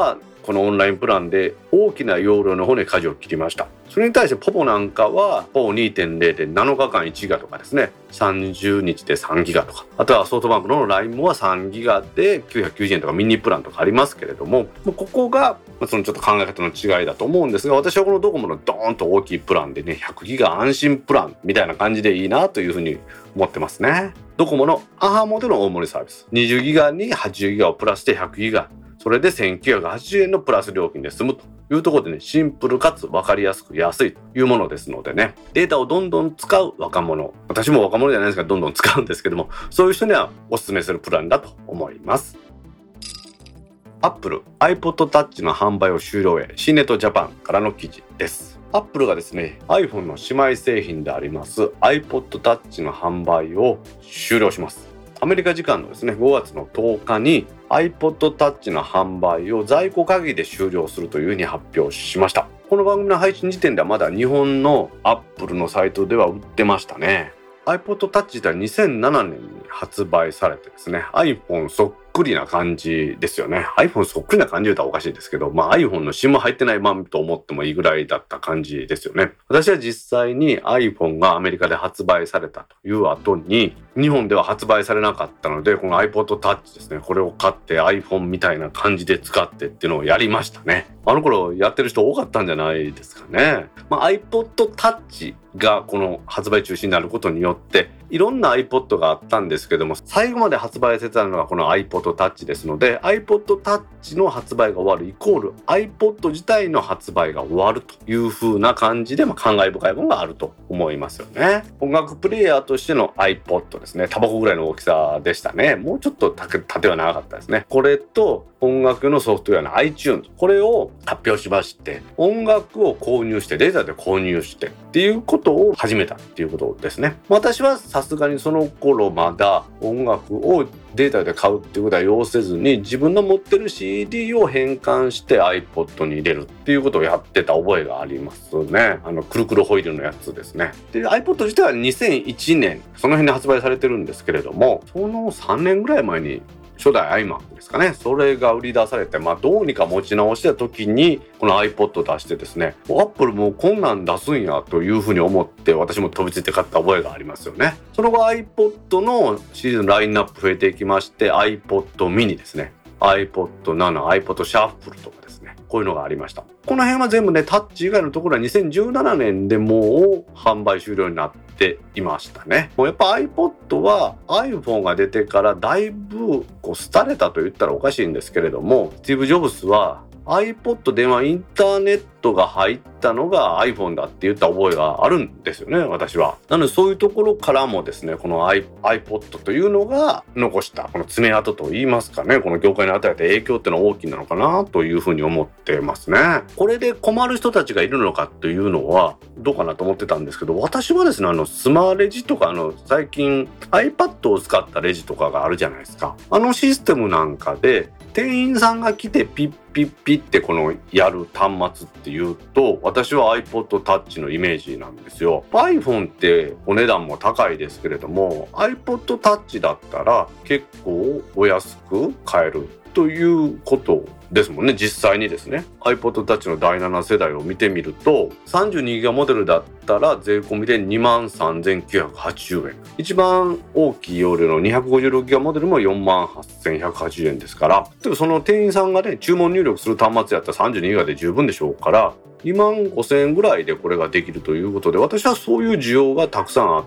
このオンラインプランで大きな容量の方に舵を切りました。それに対してポポなんかはポポ にてんゼロ でなのかかんいちギガとかですね、さんじゅうにちでさんギガとか、あとはソフトバンクの ライン もはさんギガできゅうひゃくきゅうじゅうえんとかミニプランとかありますけれども、ここがそのちょっと考え方の違いだと思うんですが、私はこのドコモのドーンと大きいプランでね、ひゃくギガ安心プランみたいな感じでいいなというふうに思ってますね。ドコモのアハモでの大盛りサービス、にじゅうギガにはちじゅうギガをプラスしてひゃくギガ、それでせんきゅうひゃくはちじゅうえんのプラス料金で済むというところでね、シンプルかつ分かりやすく安いというものですのでね、データをどんどん使う若者、私も若者じゃないですからどんどん使うんですけども、そういう人にはお勧めするプランだと思います。アップル iPod Touch の販売を終了へ、シーネットジャパンからの記事です。アップルがですね iPhone の姉妹製品であります iPod Touch の販売を終了します。アメリカ時間のですねごがつのとおかに iPod Touch の販売を在庫限りで終了するというふうに発表しました。この番組の配信時点ではまだ日本のアップルのサイトでは売ってましたね。 iPod Touch 自体にせんななねんに発売されてですね、 iPhone そっくりな感じですよね。 iPhone そっくりな感じで言うとおかしいですけど、まあ iPhone の シム 入ってないまんと思ってもいいぐらいだった感じですよね。私は実際に iPhone がアメリカで発売されたという後に日本では発売されなかったので、この iPod Touch ですね、これを買って iPhone みたいな感じで使ってっていうのをやりましたね。あの頃やってる人多かったんじゃないですかね。まあ、iPod Touch がこの発売中止になることによっていろんな iPod があったんですけども、最後まで発売されたのがこの iPod Touch ですので、 iPod Touch の発売が終わるイコール iPod 自体の発売が終わるという風な感じで、まあ、感慨深いものがあると思いますよね。音楽プレイヤーとしての iPod ですね、タバコぐらいの大きさでしたね。もうちょっと縦は長かったですね。これと音楽のソフトウェアの iTunes、 これを発表しまして、音楽を購入してレーザーで購入してっていうことを始めたっていうことですね。私はさすがにその頃まだ音楽をデータで買うっていうことは要せずに、自分の持ってる シーディー を変換して iPod に入れるっていうことをやってた覚えがありますね。あのくるくるホイールのやつですね。で iPod 自体はにせんいちねんその辺で発売されてるんですけれども、そのさんねんぐらい前に初代 iMac ですかね、それが売り出されて、まあどうにか持ち直した時にこの iPod を出してですね、アップルもこんなん出すんやというふうに思って私も飛びついて買った覚えがありますよね。その後 iPod のシリーズのラインナップ増えていきまして、 iPod mini ですね、 iPod ナノ、 iPod シャッフルとかですね、こういうのがありました。この辺は全部ね、タッチ以外のところはにせんじゅうななねんでもう販売終了になっていましたね。もうやっぱ iPod は iPhone が出てからだいぶこう廃れたと言ったらおかしいんですけれども、スティーブ・ジョブズは iPod ではインターネットが入ったのが iPhone だって言った覚えがあるんですよね、私は。なのでそういうところからもですね、この iPod というのが残したこの爪痕といいますかね、この業界に与えた影響っていうのは大きいのかなというふうに思ってますね。これで困る人たちがいるのかというのはどうかなと思ってたんですけど、私はですね、あのスマレジとか、あの最近 iPad を使ったレジとかがあるじゃないですか。あのシステムなんかで店員さんが来てピッピッピッってこのやる端末っていうと、私は iPod Touch のイメージなんですよ。 iPhone ってお値段も高いですけれども iPod Touch だったら結構お安く買えるということですもんね。実際にですね iPod Touch のだいななせだいを見てみると さんじゅうにギガ モデルだったら税込みで にまんさんぜんきゅうひゃくはちじゅうえん、一番大きい容量の にひゃくごじゅうろくギガ モデルも よんまんはっせんひゃくはちじゅうえんですから、でもその店員さんがね注文入力する端末やったら さんじゅうにギガ で十分でしょうから、にまんごせんえんぐらいでこれができるということで、私はそういう需要がたくさんあって、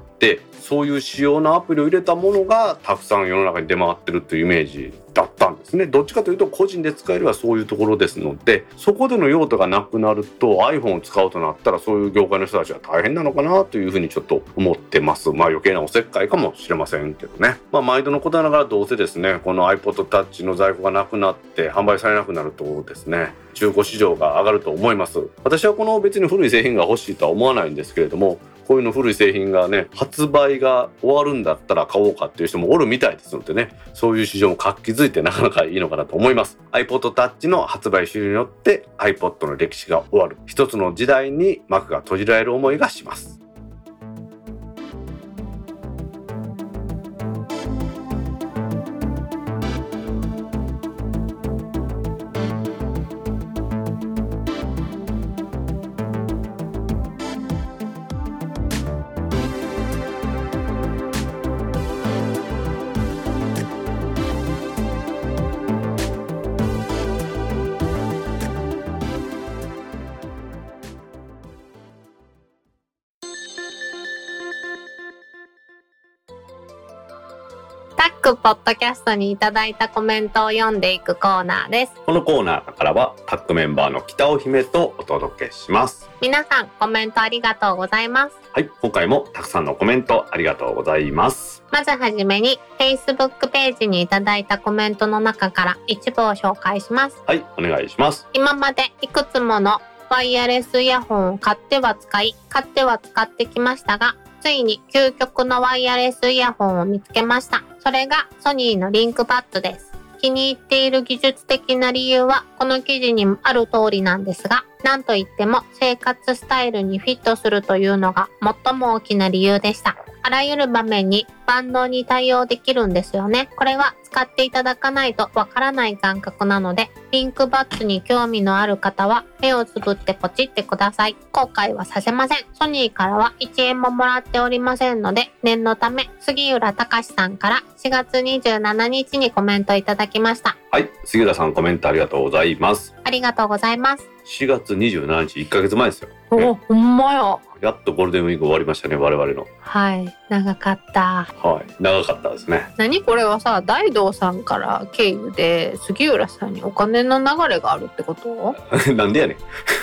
そういう仕様のアプリを入れたものがたくさん世の中に出回ってるというイメージだったんですね。どっちかというと個人で使えればそういうところですので、そこでの用途がなくなると iPhone を使うとなったらそういう業界の人たちは大変なのかなというふうにちょっと思ってます。まあ余計なおせっかいかもしれませんけどね。まあ毎度のことながらどうせですね、この iPod Touch の在庫がなくなって販売されなくなるとですね、中古市場が上がると思います。私はこの別に古い製品が欲しいとは思わないんですけれども、こういうの古い製品がね発売が終わるんだったら買おうかっていう人もおるみたいですのでね、そういう市場も活気づいてなかなかいいのかなと思います。 iPod Touch の発売終了によって iPod の歴史が終わる、一つの時代に幕が閉じられる思いがします。 各ポッドキャストにいただいたコメントを読んでいくコーナーです。 このコーナーからはタッグメンバーの北尾姫とお届けします。 皆さんコメントありがとうございます。 はい、今回もたくさんのコメントありがとうございます。 まずはじめに Facebook ページにいただいたコメントの中から一部を紹介します。 はい、お願いします。 今までいくつものワイヤレスイヤホンを買っては使い、買っては使ってきましたが、ついに究極のワイヤレスイヤホンを見つけました。それがソニーのリンクバッツです。気に入っている技術的な理由はこの記事にもある通りなんですが、なんといっても生活スタイルにフィットするというのが最も大きな理由でした。あらゆる場面に万能に対応できるんですよね。これは使っていただかないとわからない感覚なので、リンクバッツに興味のある方は目をつぶってポチってください。後悔はさせません。ソニーからはいちえんももらっておりませんので、念のため杉浦隆さんからしがつにじゅうしちにちにコメントいただきました。 はい、杉浦さんコメントありがとうございます。 ありがとうございます。 しがつにじゅうしちにちいっかげつまえですよ、 ね、お、ほんまや。 やっとゴールデンウィーク終わりましたね、我々の。 はい、長かった。 はい、長かったですね。 何これはさ、大道さんから経由で杉浦さんにお金の流れがあるってことなんでやねん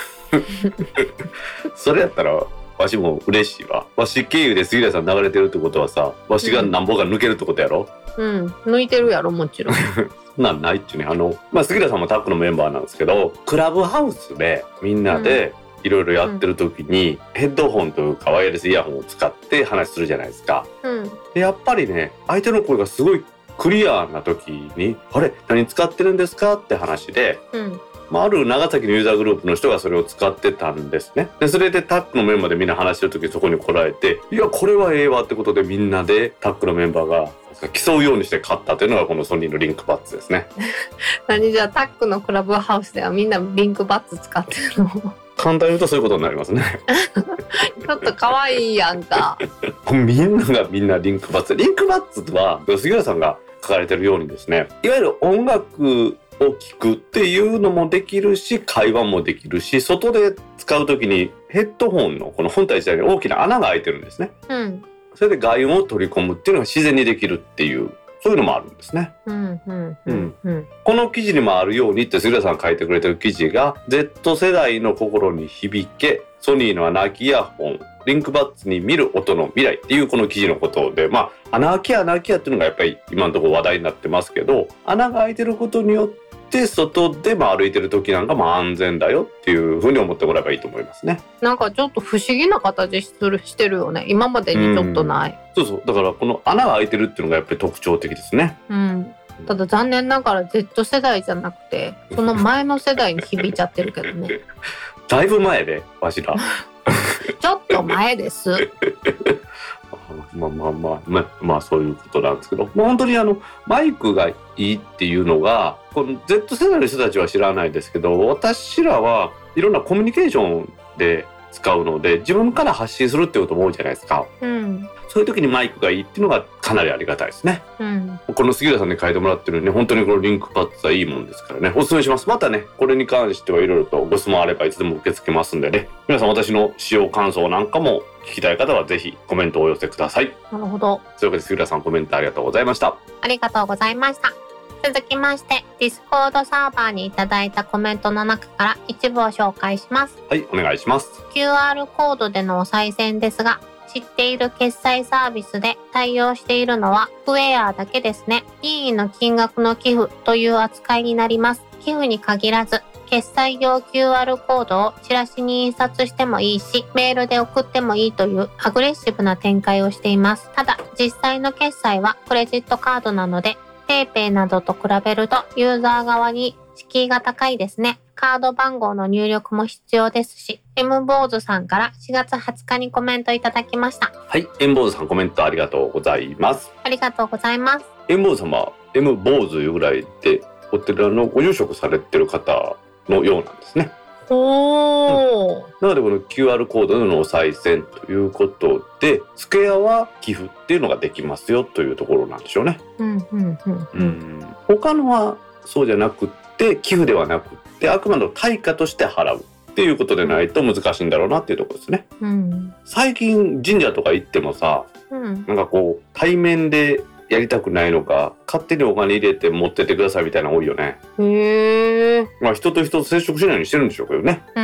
それやったらわしも嬉しいわ。わし経由で杉浦さん流れてるってことはさ、わしがなんぼか抜けるってことやろ。 うん、うん、抜いてるやろ、もちろんそんなんないっちゅうね。あの、まあ、杉浦さんもタッグのメンバーなんですけど、クラブハウスでみんなでいろいろやってる時に、うん、ヘッドホンというかワイヤレスイヤホンを使って話するじゃないですか、うん、でやっぱりね、相手の声がすごいクリアな時に、あれ何使ってるんですかって話で、うん、まあ、ある長崎のユーザーグループの人がそれを使ってたんですね。でそれでタッグのメンバーでみんな話してる時にそこに来られて、いやこれはええわってことでみんなでタッグのメンバーが競うようにして買ったというのがこのソニーのリンクバッツですね。 何じゃあタッグのクラブハウスではみんなリンクバッツ使ってるの？ 簡単に言うとそういうことになりますねちょっと可愛いやんかみんながみんなリンクバッツ。リンクバッツは杉浦さんが書かれてるようにですね、いわゆる音楽を聴くっていうのもできるし、会話もできるし、外で使うときにヘッドホンのこの本体自体に大きな穴が開いてるんですね、うん、それで外音を取り込むっていうのが自然にできるっていう、そういうのもあるんですね、うんうんうんうん、この記事にもあるようにって杉浦さんが書いてくれてる記事が Z 世代の心に響け、ソニーの穴開きイヤホンリンクバッツに見る音の未来っていうこの記事のことで、まあ穴開き穴開きやっていうのがやっぱり今のところ話題になってますけど、穴が開いてることによって外でも歩いてる時なんかも安全だよっていう風に思ってもらえばいいと思いますね。 なんかちょっと不思議な形するしてるよね、今までにちょっとない。 そうそう、だからこの穴が開いてるっていうのがやっぱり特徴的ですね。うん、 ただ残念ながら Z 世代じゃなくてその前の世代に響いちゃってるけどねだいぶ前でわしらちょっと前ですまあまあまあまあ、まあそういうことなんですけど、もう本当にあのマイクがいいっていうのがこの Z 世代の人たちは知らないですけど、私らはいろんなコミュニケーションで使うので自分から発信するってことも多いじゃないですか、うん、そういう時にマイクがいいっていうのがかなりありがたいですね、うん、この杉浦さんに書いてもらってるね、本当にこのリンクパッツはいいもんですからね、お勧めします。またねこれに関してはいろいろとご質問あればいつでも受け付けますんでね、皆さん私の使用感想なんかも聞きたい方はぜひコメントをお寄せください。 なるほど。 というわけで杉浦さんコメントありがとうございました。 ありがとうございました。続きまして Discord サーバーにいただいたコメントの中から一部を紹介します。 はい、お願いします。 キューアール コードでのお賽銭ですが、知っている決済サービスで対応しているのはクエアだけですね。任意の金額の寄付という扱いになります。寄付に限らず決済用 キューアール コードをチラシに印刷してもいいし、メールで送ってもいいというアグレッシブな展開をしています。ただ、実際の決済はクレジットカードなので、PayPay などと比べるとユーザー側に敷居が高いですね。カード番号の入力も必要ですし、M 坊主さんからしがつはつかにコメントいただきました。 はい、M 坊主さんコメントありがとうございます。 ありがとうございます。 M 坊主様、M 坊主いうぐらいでお寺のご住職されてる方のようなんですね。おー、うん、なのでこの キューアール コードでのお賽銭ということで、スケアは寄付っていうのができますよというところなんでしょうね。うんうんうんうん、他のはそうじゃなくって寄付ではなくってあくまで対価として払うっていうことでないと難しいんだろうなっていうところですね、うん、最近神社とか行ってもさ、うん、なんかこう対面でやりたくないのか勝手にお金入れて持ってってくださいみたいなの多いよね。 へえ。 まあ人と人と接触しないようにしてるんでしょうけどね。 うん。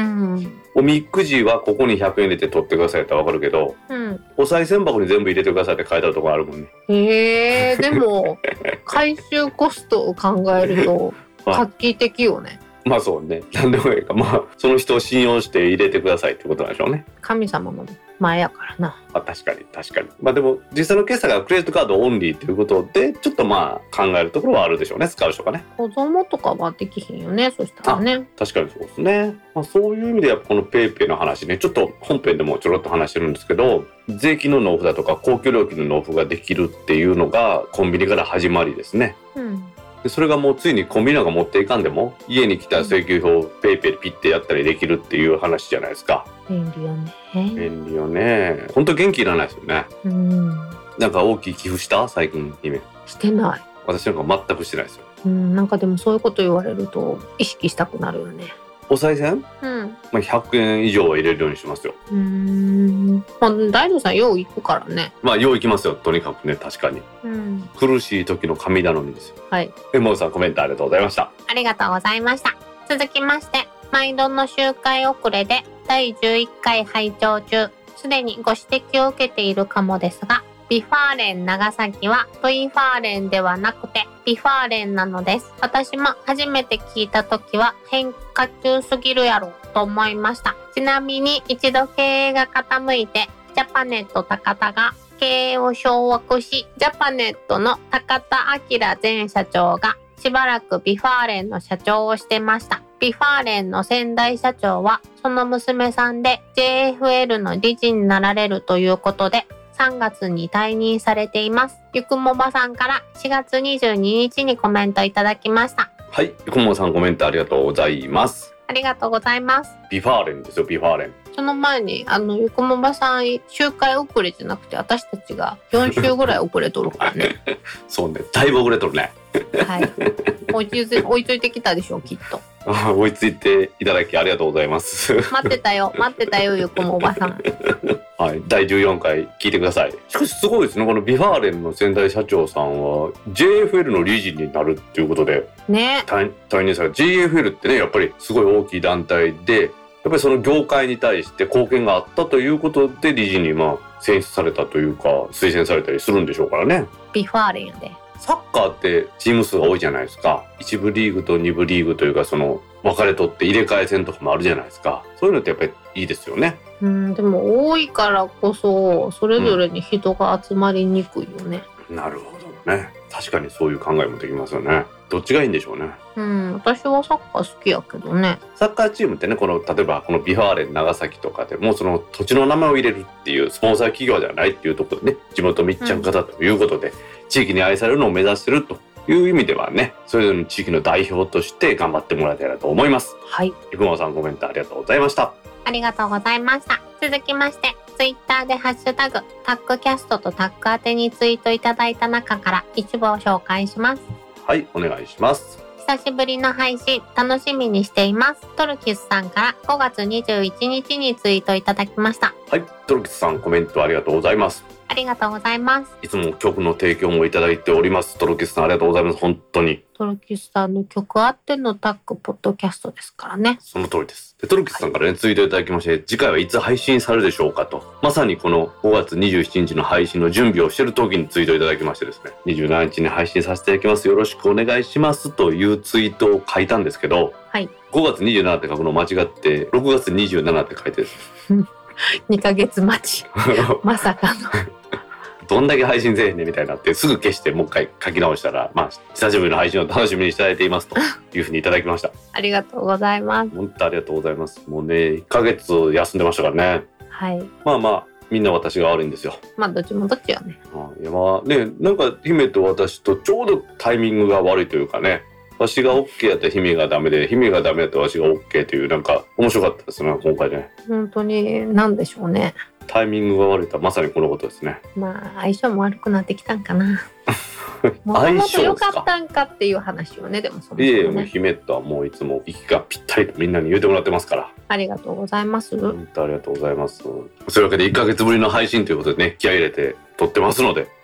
おみくじはここにひゃくえん入れて取ってくださいってわかるけど、 うん、 お賽銭箱に全部入れてくださいって書いてあるところあるもんね。 へえ。でも回収コストを考えると画期的よね。 まあそうね。なんでもいいか。まあその人を信用して入れてくださいってことなんでしょうね。 神様の前やからな。 あ、確かに確かに。まあでも実際の決済がクレジットカードオンリーということでちょっとまあ考えるところはあるでしょうね。使う人がね。 子供とかはできひんよね。そしたらね。 確かにそうですね。まあ、そういう意味ではこのペイペイの話ね、ちょっと本編でもちょろっと話してるんですけど、税金の納付だとか公共料金の納付ができるっていうのがコンビニから始まりですね。 うん。 でそれがもうついにコンビニなんか持っていかんでも家に来た請求書をペイペイでピッてやったりできるっていう話じゃないですか。 便利よね。 便利よね。本当元気いらないですよね。 うん。 なんか大きい寄付した最近姫。 してない。 私なんか全くしてないですよ。 うん、なんかでもそういうこと言われると意識したくなるよね。 お賽銭、 うんまあ、ひゃくえん以上は入れるようにしますよ。 うーん、まあ、大道さんよう行くからね。 まあよう行きますよ。とにかくね、確かに、 うん、 苦しい時の神頼みですよ。 はい。 えもうさんコメントありがとうございました。 ありがとうございました。続きまして毎度の周回遅れでだいじゅういっかい拝聴中、すでにご指摘を受けているかもですが、ビファーレン長崎は V ファーレンではなくてビファーレンなのです。私も初めて聞いた時は変化球すぎるやろと思いました。ちなみに一度経営が傾いてジャパネット高田が経営を掌握し、ジャパネットの高田明前社長がしばらくビファーレンの社長をしてました。ビファーレンの先代社長はその娘さんで ジェイエフエル の理事になられるということでさんがつに退任されています。ゆくもばさんからしがつにじゅうににちにコメントいただきました。 はい、ゆくもばさんコメントありがとうございます。 ありがとうございます。 ビファーレンですよ、ビファーレン。 その前にあのゆくもばさん周回遅れじゃなくて私たちがよんしゅうぐらい遅れとるからね。 そうね、だいぶ遅れとるね。 はい。追いつい追いついてきたでしょうきっと。 あ、追いついていただきありがとうございます。 待ってたよ待ってたよゆくもばさん。 はい、だいじゅうよんかい聞いてください。しかしすごいですね、このビファーレンの先代社長さんは ジェイエフエル の理事になるっていうことでね、 退任され、 ジェイエフエル ってねやっぱりすごい大きい団体で、やっぱりその業界に対して貢献があったということで理事にまあ選出されたというか推薦されたりするんでしょうからね。 ビファーレンやで。 サッカーってチーム数が多いじゃないですか。一部リーグと二部リーグというかその分かれとって入れ替え戦とかもあるじゃないですか。そういうのってやっぱりいいですよね。 うん、でも多いからこそそれぞれに人が集まりにくいよね。 うん、なるほどね。確かにそういう考えもできますよね。どっちがいいんでしょうね。 うん、私はサッカー好きやけどね。 サッカーチームってね、この例えばこのビファーレン長崎とかでもうその土地の名前を入れるっていうスポンサー企業ではないっていうところでね、地元密着型ということで、うん、地域に愛されるのを目指してるという意味ではね、それぞれの地域の代表として頑張ってもらえたらと思います。 はい。 ゆくもさんコメントありがとうございました。 ありがとうございました。続きまして、ツイッターでハッシュタグタックキャストとタック宛てにツイートいただいた中から一部を紹介します。 はい、お願いします。 久しぶりの配信楽しみにしています。トルキスさんからごがつにじゅういちにちにツイートいただきました。 はい、トルキスさんコメントありがとうございます。 ありがとうございます。 いつも曲の提供もいただいております。トルキスさんありがとうございます。本当にトルキスさんの曲あってのタックポッドキャストですからね。 その通りです。でトルキスさんからね、はい、ツイートいただきまして、次回はいつ配信されるでしょうかと、まさにこのごがつにじゅうしちにちの配信の準備をしている時にツイートいただきましてですね、にじゅうしちにちに配信させていただきます、よろしくお願いしますというツイートを書いたんですけど、はい、ごがつにじゅうしちって書くの間違ってろくがつにじゅうしちって書いてですにかげつまちまさかのどんだけ配信せえへんねんみたいになってすぐ消してもう一回書き直したら、まあ久しぶりの配信を楽しみにしていただいていますというふうにいただきました。 ありがとうございます。 本当ありがとうございます。もうねいっかげつ休んでましたからね。 はい。 まあまあみんな私が悪いんですよ。 まあどっちもどっちよね。 あいやまあね、なんか姫と私とちょうどタイミングが悪いというかね、私が OK やったら姫がダメで、姫がダメやったら私が OK という、なんか面白かったですね今回ね。 本当に何でしょうね。 タイミングが悪いとはまさにこのことですね。 まあ相性も悪くなってきたんかな。もともと良かったんかっていう話をね。でもそもそもね、いえ、もう姫とはもういつも息がぴったりとみんなに言ってもらってますから。 ありがとうございます。 本当ありがとうございます。そういうわけでいっかげつぶりの配信ということでね、気合い入れて撮ってますので、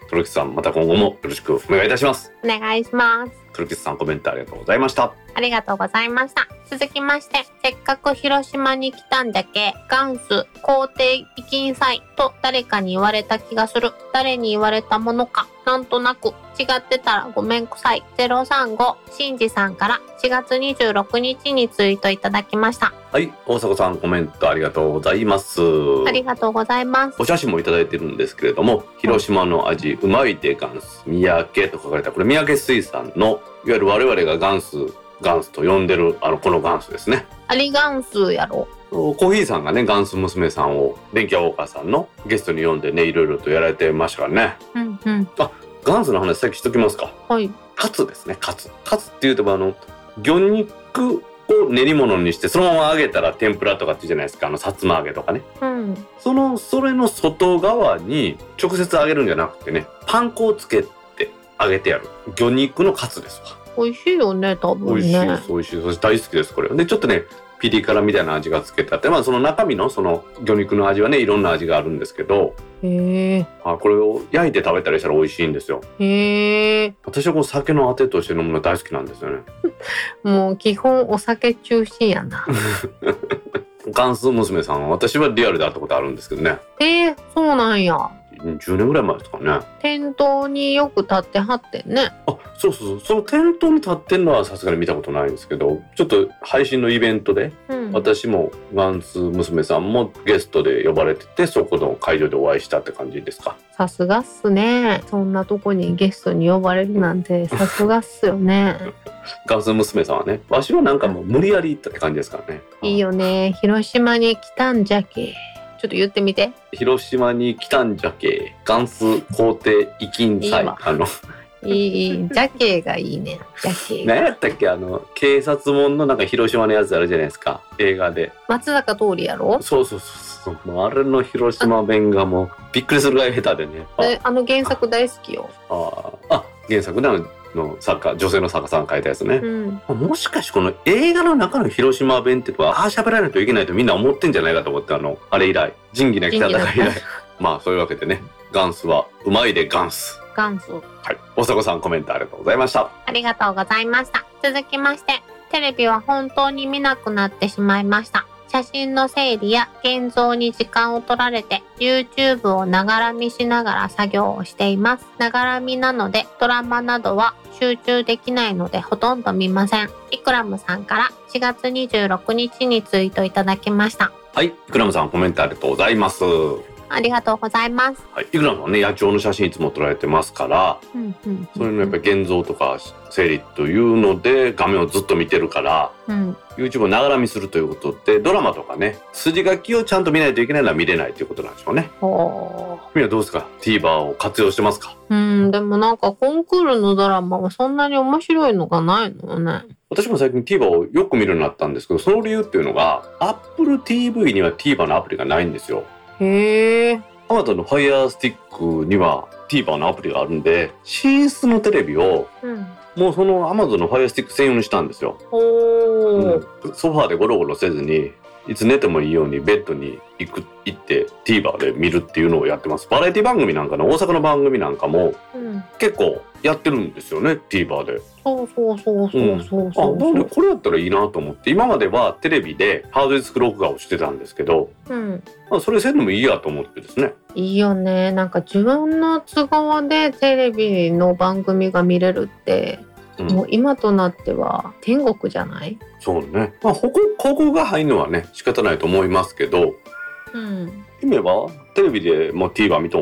トロキスさん、また今後もよろしくお願いいたします。 お願いします。 トロキスさん、コメントありがとうございました。 ありがとうございました。続きまして、せっかく広島に来たんだけ、元祖皇帝行きんさいと誰かに言われた気がする。誰に言われたものか、なんとなく。違ってたらごめんくさい。ゼロさんごしんじさんからしがつにじゅうろくにちにツイートいただきました。 はい、大迫さん、コメントありがとうございます。 ありがとうございます。 お写真もいただいてるんですけれども、広島の味、うまいで元祖三宅と書かれた、これ三宅水産のいわゆる我々が元祖元祖と呼んでるあのこの元祖ですね。 あり元祖やろ。 コーヒーさんがね、元祖娘さんを電気屋ウォーカーさんのゲストに呼んでね、いろいろとやられてましたからね。 うんうん。 あ、元祖の話先しときますか。 はい。 カツですね、カツ。カツっていうとあの魚肉を練り物にしてそのまま揚げたら天ぷらとかっていうじゃないですか、あのさつま揚げとかね。 うん。 そのそれの外側に直接揚げるんじゃなくてね、パン粉をつけて揚げてやる魚肉のカツですわ。 美味しいよね、多分ね。 美味しいです、美味しいです。私大好きです、これ。で、ちょっとね、ピリ辛みたいな味がつけてあって、まあその中身のその魚肉の味はね、いろんな味があるんですけど、 へー。 あ、これを焼いて食べたりしたら美味しいんですよ。 へー。 私はこの酒のあてとして飲むの大好きなんですよね。 もう基本お酒中心やな。 元祖娘さんは私はリアルで会ったことあるんですけどね。 えー、そうなんや。 じゅうねんぐらい前ですかね。 店頭によく立ってはってんね。 あ、そうそうそう、その店頭に立ってんのはさすがに見たことないんですけど、ちょっと配信のイベントで、うん、私も元祖娘さんもゲストで呼ばれてて、そこの会場でお会いしたって感じですか。 さすがっすね。そんなとこにゲストに呼ばれるなんてさすがっすよね。 元祖娘さんはね、わしはなんかもう無理やり行ったって感じですからね。 いいよね。広島に来たんじゃけ。ちょっと言ってみて。 広島に来たんじゃけ、元祖皇帝行きんさい。あのいいいい、ジャケがいいね。ジャケ。 何やったっけ、あの警察もんのなんか広島のやつあるじゃないですか、映画で。 松坂桃李やろ。そうそうそうそう、もうあれの広島弁がもうびっくりするぐらい下手でね。 あ, あの原作大好きよ。 ああ、原作なのの作家、女性の作家さんが書いたやつね、 うん、 もしかしてこの映画の中の広島弁っていうのはああ喋らないといけないとみんな思ってんじゃないかと思って、あのあれ以来、仁義なき戦い以来まあそういうわけでね、元祖はうまいで元祖。 元祖。 はい、大迫さん、コメントありがとうございました。 ありがとうございました。続きまして、テレビは本当に見なくなってしまいました。写真の整理や現像に時間を取られて YouTube をながら見しながら作業をしています。ながら見なのでドラマなどは集中できないのでほとんど見ません。イクラムさんからしがつにじゅうろくにちにツイートいただきました。 はい、イクラムさん、コメントありがとうございます。 ありがとうございます。 はい、イクラムさんね、野鳥の写真いつも撮られてますから、 うんうんうんうん、 それのやっぱり現像とか整理というので画面をずっと見てるから、 うん、 YouTube をながら見するということで、ドラマとかね、筋書きをちゃんと見ないといけないのは見れないということなんでしょうね。みんなどうですか？ TVer を活用してますか？ うん、でもなんかコンクールのドラマはそんなに面白いのがないのよね。 私も最近 TVer をよく見るようになったんですけど、その理由っていうのが Apple ティーブイ には TVer のアプリがないんですよ。 へー。 Amazon の Fire Stick には TVer のアプリがあるんで、寝室のテレビを、うん、もうその Amazon の Fire Stick 専用にしたんですよ。 おー、 うん、ソファーでゴロゴロせずに、いつ寝てもいいようにベッドに行く行って TVer で見るっていうのをやってます。バラエティ番組なんかの大阪の番組なんかも、うん、結構やってるんですよね、 TVer で。 そうそうそうそうそうそう、 うん、あ、なんでこれやったらいいなと思って、今まではテレビでハードディスク録画をしてたんですけど、 うん、 まあ、それせんでもいいやと思ってですね。 いいよね。なんか自分の都合でテレビの番組が見れるって、うん、もう今となっては天国じゃない？ そうね。まあここここが入るのはね仕方ないと思いますけど、 うん、 姫はテレビでもう TVer 見とん？ うん、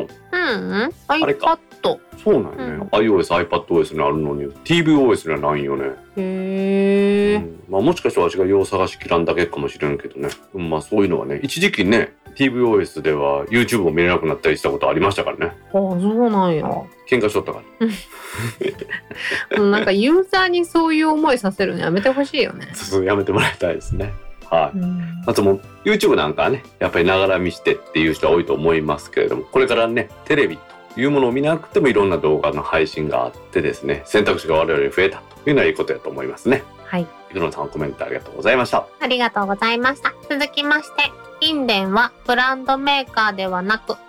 あれか。 iPad。 そうなんよね、うん、iOS、iPadOS にあるのに ティーブイオーエス にはないんよね。 へー、うん、 まあ、もしかして私がよう探しきらんだけかもしれんけどね、まあそういうのはね、一時期ね ティーブイオーエス では YouTube を見れなくなったりしたことありましたからね。 ああ、そうなんや。 喧嘩しとったからなんかユーザーにそういう思いさせるのやめてほしいよね。 そう、やめてもらいたいですね。はい、うん、あとも YouTube なんかはねやっぱりながら見してっていう人は多いと思いますけれども、これからねテレビというものを見なくてもいろんな動画の配信があってですね、選択肢が我々に増えたというのはいいことだと思いますね。 はい。 イクノさん、コメントありがとうございました。 ありがとうございました。続きまして、インデンはブランドメーカーではなく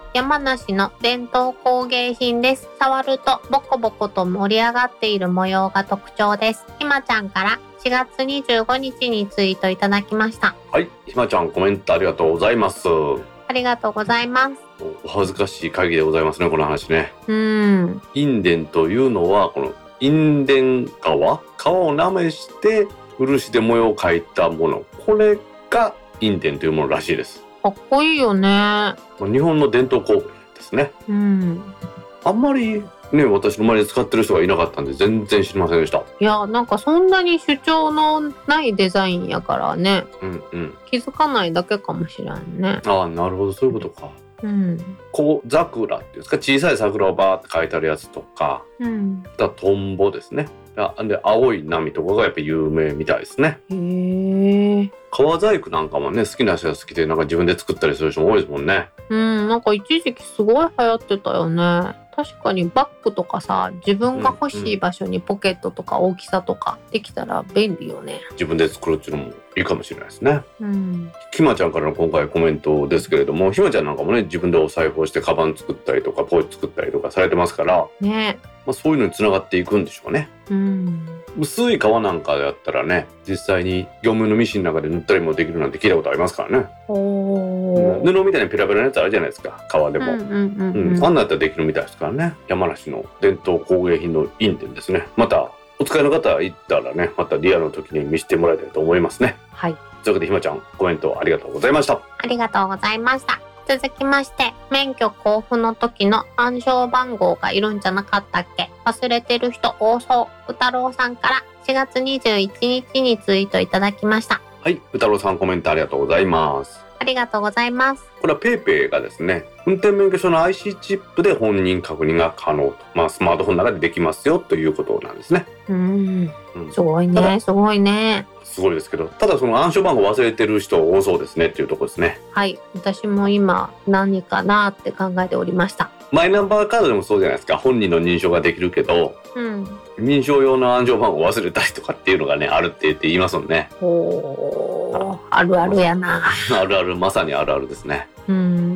山梨の伝統工芸品です。触るとボコボコと盛り上がっている模様が特徴です。ひまちゃんからしがつにじゅうごにちにツイートいただきました。 はい、ひまちゃんコメントありがとうございます。 ありがとうございます。 お恥ずかしい限りでございますね、この話ね。 うん。 印伝というのはこの印伝皮皮をなめして漆で模様を描いたもの、これが印伝というものらしいです。 かっこいいよね。 日本の伝統工芸ですね。 うん。 あんまりね、私の周りで使ってる人がいなかったんで全然知りませんでした。 いや、なんかそんなに主張のないデザインやからね。 うんうん。 気づかないだけかもしれんね。 ああ、なるほど、そういうことか。 うん。 小桜っていうんですか、小さい桜をバーって描いてあるやつとか、 うん。 だトンボですね。あで青い波とかがやっぱ有名みたいですね。 へえ。 革細工なんかもね、好きな人が好きでなんか自分で作ったりする人も多いですもんね。 うん、なんか一時期すごい流行ってたよね。確かにバッグとかさ、自分が欲しい場所にポケットとか大きさとかできたら便利よね。 自分で作るっていうのもいいかもしれないですね。 うん。 ひまちゃんからの今回コメントですけれども、ひまちゃんなんかもね、自分でお裁縫してカバン作ったりとかポーチ作ったりとかされてますから、 ね。 まあ、そういうのにつながっていくんでしょうね。 うん。 薄い革なんかでやったらね、実際に業務用のミシンの中で縫ったりもできるなんて聞いたことありますからね。 おー。 布みたいなペラペラのやつあるじゃないですか、革でも。 うんうんうんうんうん、あんなやったらできるみたいですからね。山梨の伝統工芸品の印伝ですね。またお使いの方行ったらね、またリアルの時に見せてもらいたいと思いますね。 はい。 というわけでひまちゃんコメントありがとうございました。 ありがとうございました。続きまして、免許交付の時の暗証番号がいるんじゃなかったっけ？忘れてる人多そう。うたろうさんからしがつにじゅういちにちにツイートいただきました。 はい、うたろうさんコメントありがとうございます。 ありがとうございます。 これはペイペイがですね、運転免許証の アイシー チップで本人確認が可能と、まあスマートフォンの中でできますよということなんですね。 うーん、 うん、 すごいね、すごいね。 すごいですけど、ただその暗証番号忘れてる人多そうですねっていうところですね。 はい、私も今何かなって考えておりました。 マイナンバーカードでもそうじゃないですか。本人の認証ができるけど、 うん、 認証用の暗証番号忘れたりとかっていうのがね、あるって言って言いますもんね。 おー、あるあるやな。 あるある、まさにあるあるですね。 うん。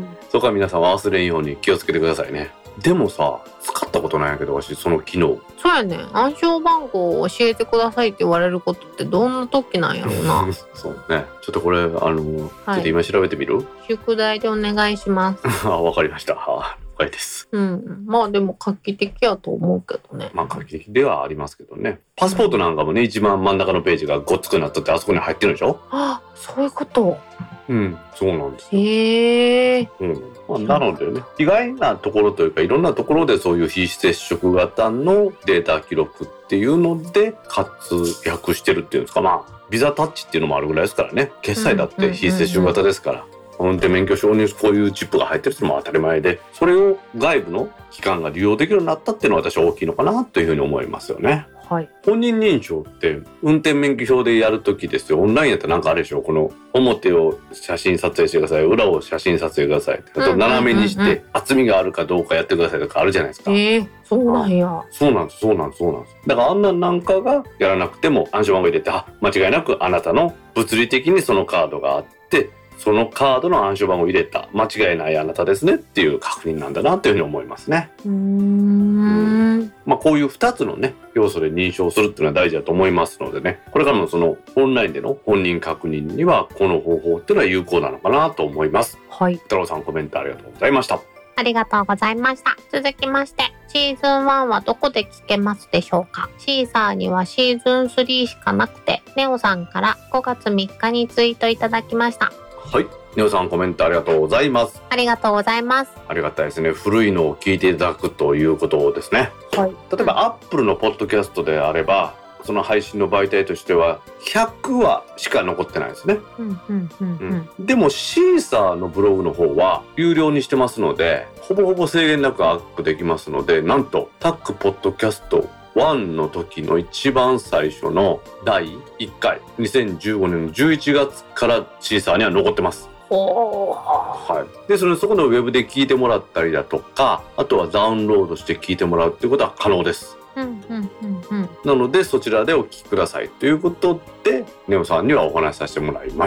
そこは皆さん忘れんように気をつけてくださいね。でもさ、使ったことないんやけど、私その機能。 そうやね。暗証番号を教えてくださいって言われることってどんな時なんやろうな。 そうね。ちょっとこれあの、 はい、 ちょっと今調べてみる？ 宿題でお願いします。 あ、わかりました。は了解です。 うん。まあでも画期的やと思うけどね。 まあ画期的ではありますけどね。パスポートなんかもね、一番真ん中のページがごっつくなっとってあそこに入ってるでしょ？ あ、そういうこと。 うん、そうなんですよ。 へえ。 うん。まあ、なのでね、意外なところというかいろんなところでそういう非接触型のデータ記録っていうので活躍してるっていうんですか、まあビザタッチっていうのもあるぐらいですからね。決済だって非接触型ですから、運転免許証にこういうチップが入ってるっていうのも当たり前で、それを外部の機関が利用できるようになったっていうのは私は大きいのかなというふうに思いますよね。 はい、 本人認証って運転免許証でやるときですよ。オンラインやったらなんかあれでしょ、この表を写真撮影してください、裏を写真撮影ください、あと斜めにして厚みがあるかどうかやってくださいとかあるじゃないですか。 えー、そうなんや。 そうなんですそうなんですそうなんです。だからあんなんなんかがやらなくても暗証番号入れて、あ、間違いなくあなたの物理的にそのカードがあって、そのカードの暗証番号を入れた、間違いないあなたですねっていう確認なんだなというふうに思いますね。 うーん、 まあこういうふたつのね要素で認証するっていうのは大事だと思いますのでね、これからもそのオンラインでの本人確認にはこの方法っていうのは有効なのかなと思います。 はい。 太郎さんコメントありがとうございました。 ありがとうございました。続きまして、シーズンワンはどこで聞けますでしょうか？シーサーにはシーズンスリーしかなくて、ネオさんからごがつみっかにツイートいただきました。 はい、ネオさんコメントありがとうございます。 ありがとうございます。ありがたいですね。古いのを聞いていただくということですね。 はい。 例えば、アップルのポッドキャストであれば、その配信の媒体としてはひゃくわしか残ってないですね。 うんうんうんうん、 でもシーサーのブログの方は有料にしてますので、ほぼほぼ制限なくアップできますので、なんとタックポッドキャストワンの時の一番最初のだいいっかい、にせんじゅうごねんのじゅういちがつからシーサーには残ってます。はい、でそれそこのウェブで聞いてもらったりだとか、あとはダウンロードして聞いてもらうっていうことは可能です。 うんうんうんうん、 なのでそちらでお聞きくださいということで、ネオさんにはお話しさせてもらいました。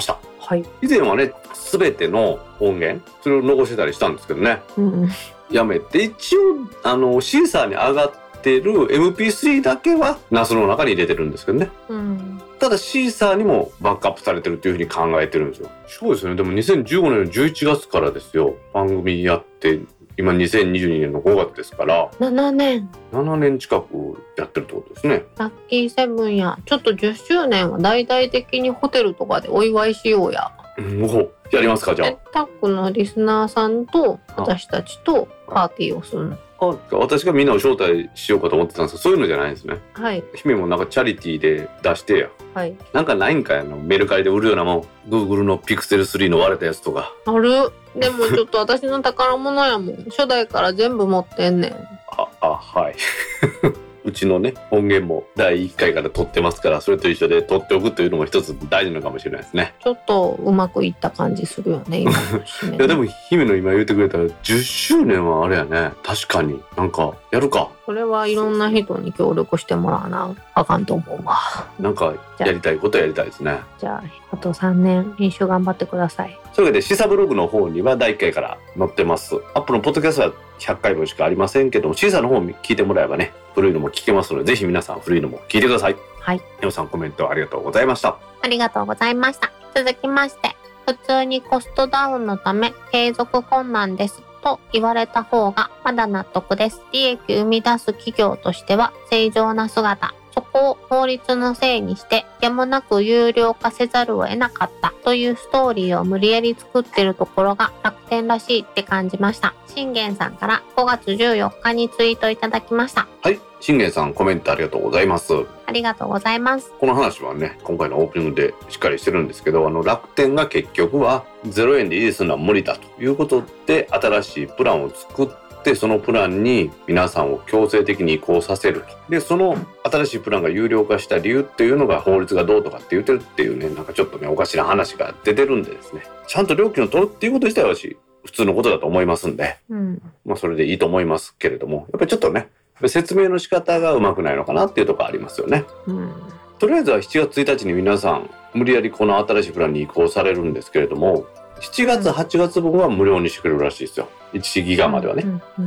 はい、 以前はね全ての音源それを残してたりしたんですけどね、 うん、 やめて一応あのシーサーに上がってる エムピースリー だけは ナス の中に入れてるんですけどね、 うん、 ただシーサーにもバックアップされてるっていうふうに考えてるんですよ。すごいですよね。でもにせんじゅうごねんのじゅういちがつからですよ、番組やって今にせんにじゅうにねんのごがつですからななねんななねん近くやってるってことですね。 ラッキーセブンやちょっとじゅっしゅうねんは大々的にホテルとかでお祝いしようや。 もうやりますかじゃあ。 タックのリスナーさんと私たちとパーティーをするの。 あ、私がみんなを招待しようかと思ってたんですけどそういうのじゃないんですね。 はい。 姫もなんかチャリティーで出してや。 はい。 なんかないんかやのメルカリで売るようなもん。Google の ピクセルスリーの割れたやつとか。 ある。でもちょっと私の宝物やもん。初代から全部持ってんねん。 あ、あ、はい。うちのね音源もだいいっかいから撮ってますからそれと一緒で撮っておくというのも一つ大事なのかもしれないですね。 ちょっとうまくいった感じするよね今の締め。 いやでも姫の今言ってくれたらじゅっしゅうねんはあれやね。確かになんかやるか。 これはいろんな人に協力してもらわなあかんと思うわ。 なんかやりたいことやりたいですね。 じゃああとさんねん編集頑張ってください。 それでシサブログの方にはだいいっかいから載ってます。アップのポッドキャストはひゃっかいぶんしかありませんけどもシーサーの方を聞いてもらえばね古いのも聞けますのでぜひ皆さん古いのも聞いてください。 はい。 皆さんコメントありがとうございました。 ありがとうございました。続きまして普通にコストダウンのため継続困難ですと言われた方がまだ納得です。利益生み出す企業としては正常な姿。そこを法律のせいにしてやむなく有料化せざるを得なかったというストーリーを無理やり作ってるところが楽天らしいって感じました。信玄さんからごがつじゅうよっかにツイートいただきました。 はい、信玄さんコメントありがとうございます。 ありがとうございます。 この話はね今回のオープニングでしっかりしてるんですけどあの楽天が結局はゼロえんで維持するのは無理だということで新しいプランを作ってでそのプランに皆さんを強制的に移行させると。でその新しいプランが有料化した理由っていうのが法律がどうとかって言ってるっていうねなんかちょっとねおかしな話が出てるんでですねちゃんと料金を取るっていうこと自体はし普通のことだと思いますんで、うん、まあそれでいいと思いますけれどもやっぱりちょっとね説明の仕方がうまくないのかなっていうところありますよね、うん、とりあえずはしちがつついたちに皆さん無理やりこの新しいプランに移行されるんですけれどもしちがつはちがつぶんは無料にしてくれるらしいですよ。いちギガまではね。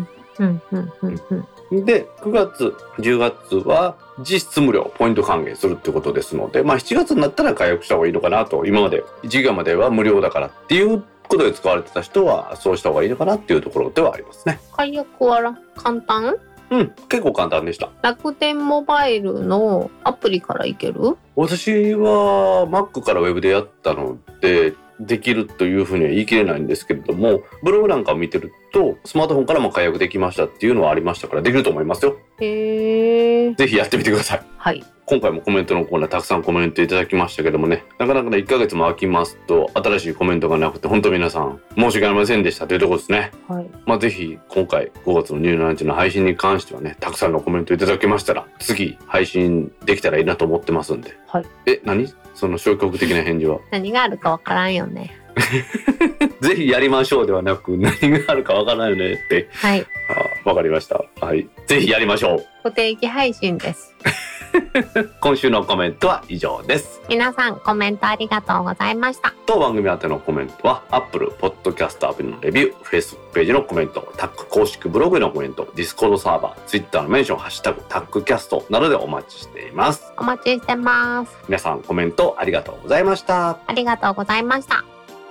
でくがつじゅうがつは実質無料ポイント還元するってことですので、まあ、しちがつになったら解約した方がいいのかなと。今までいちギガまでは無料だからっていうことで使われてた人はそうした方がいいのかなっていうところではありますね。 解約は簡単？ うん、結構簡単でした。 楽天モバイルのアプリからいける？ 私は Mac からウェブでやったのでできるというふうには言い切れないんですけれどもブログなんかを見てるとスマートフォンからも解約できましたっていうのはありましたからできると思いますよ。へー。ぜひやってみてください。はい。今回もコメントのコーナーたくさんコメントいただきましたけどもねなかなかねいっかげつも空きますと新しいコメントがなくて本当皆さん申し訳ありませんでしたというところですね。はい。まあぜひ今回ごがつのにじゅうしちにちの配信に関してはねたくさんのコメントいただけましたら次配信できたらいいなと思ってますんで。はい。え、何？その消極的な返事は何があるかわからんよねぜひやりましょうではなく何があるかわからないよねって。はい。あ、わかりました。はい。ぜひやりましょう。 不定期配信です今週のコメントは以上です。 皆さんコメントありがとうございました。 当番組宛てのコメントは Apple Podcast アプリのレビュー Facebook ページのコメントタック公式ブログへのコメント Discord サーバー Twitter のメンションハッシュタグタックキャストなどでお待ちしています。 お待ちしてます。 皆さんコメントありがとうございました。 ありがとうございました。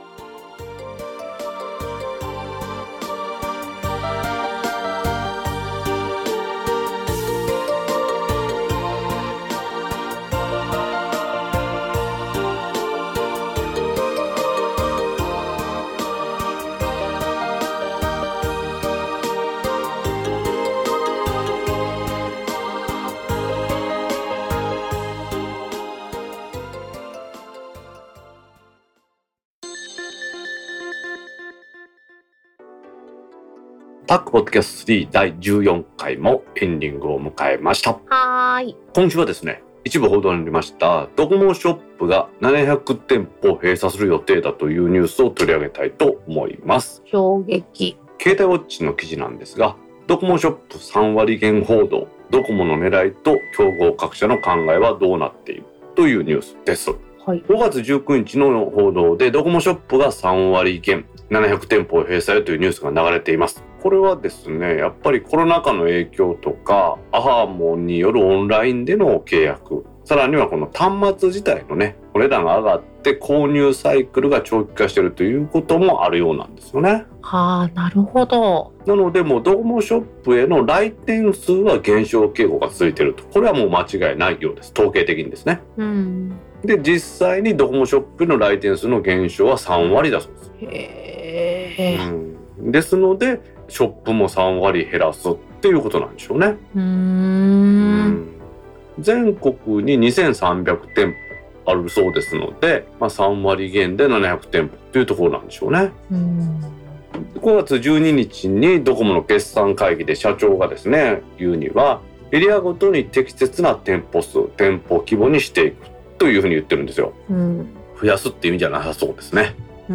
タックポッドキャストスリーだいじゅうよんかいもエンディングを迎えました。 はーい。 今週はですね、一部報道になりましたドコモショップがななひゃくてんぽ閉鎖する予定だというニュースを取り上げたいと思います。 衝撃。 携帯ウォッチの記事なんですが、ドコモショップさんわりげん報道、ドコモの狙いと競合各社の考えはどうなっているというニュースです。 はい、 ごがつじゅうくにちの報道でドコモショップがさんわり減、ななひゃくてんぽを閉鎖というニュースが流れています。これはですね、やっぱりコロナ禍の影響とかアハモによるオンラインでの契約、さらにはこの端末自体のねお値段が上がって購入サイクルが長期化しているということもあるようなんですよね。 はあ、なるほど。 なのでもうドコモショップへの来店数は減少傾向が続いていると、これはもう間違いないようです、統計的にですね。 うん、 で実際にドコモショップへの来店数の減少はさんわりだそうです。 へえ、 うん、ですのでショップもさんわり減らすっていうことなんでしょうね。 うーん、うん全国ににせんさんびゃくてんぽあるそうですので、まあ、さんわり減でななひゃくてんぽというところなんでしょうね。 うんごがつじゅうににちにドコモの決算会議で社長がですね言うには、エリアごとに適切な店舗数、店舗規模にしていくというふうに言ってるんですよ。 うん、 増やすって意味じゃなさそうですね。 うん、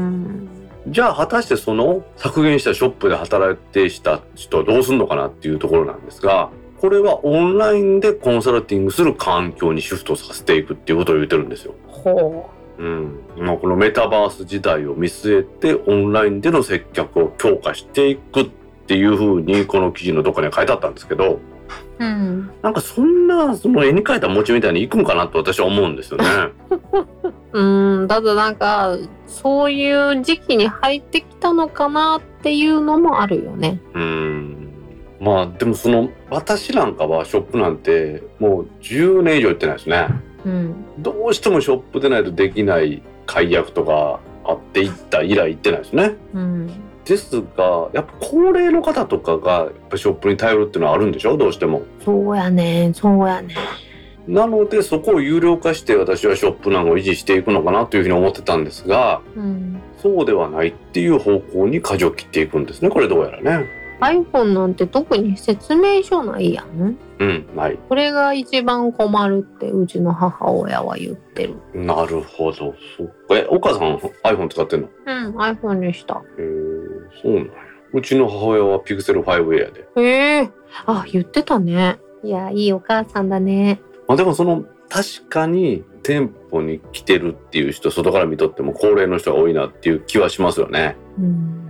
じゃあ果たしてその削減したショップで働いてした人はどうするのかなっていうところなんですが、これはオンラインでコンサルティングする環境にシフトさせていくっていうことを言ってるんですよ。 ほう、うんまあ、このメタバース時代を見据えてオンラインでの接客を強化していくっていうふうにこの記事のどっかに書いてあったんですけど、 う、うん、 なんかそんなその絵に描いた餅みたいにいくんかなと私は思うんですよね。 うん、だってなんかそういう時期に入ってきたのかなっていうのもあるよね。 うんまあでもその私なんかはショップなんてもうじゅうねん以上行ってないですね。 うん、 どうしてもショップでないとできない解約とかあって行った以来行ってないですね。 うん、 ですがやっぱ高齢の方とかがやっぱショップに頼るっていうのはあるんでしょ、どうしても。 そうやね、そうやね。 なのでそこを有料化して私はショップなんかを維持していくのかなというふうに思ってたんですが、 うん、 そうではないっていう方向に舵を切っていくんですね、これどうやらね。 iPhone なんて特に説明書ないやん。 うん、ない。 これが一番困るってうちの母親は言ってる。 なるほど。そうえ、お母さん iPhone 使ってんの？ うん、iPhone にした。 へえ、そうなんや。うちの母親は Pixel ファイブエアで。 へえ、あ、言ってたね。いや、いいお母さんだね。 まあ、でもその確かに店舗に来てるっていう人、外から見とっても高齢の人が多いなっていう気はしますよね。 うん、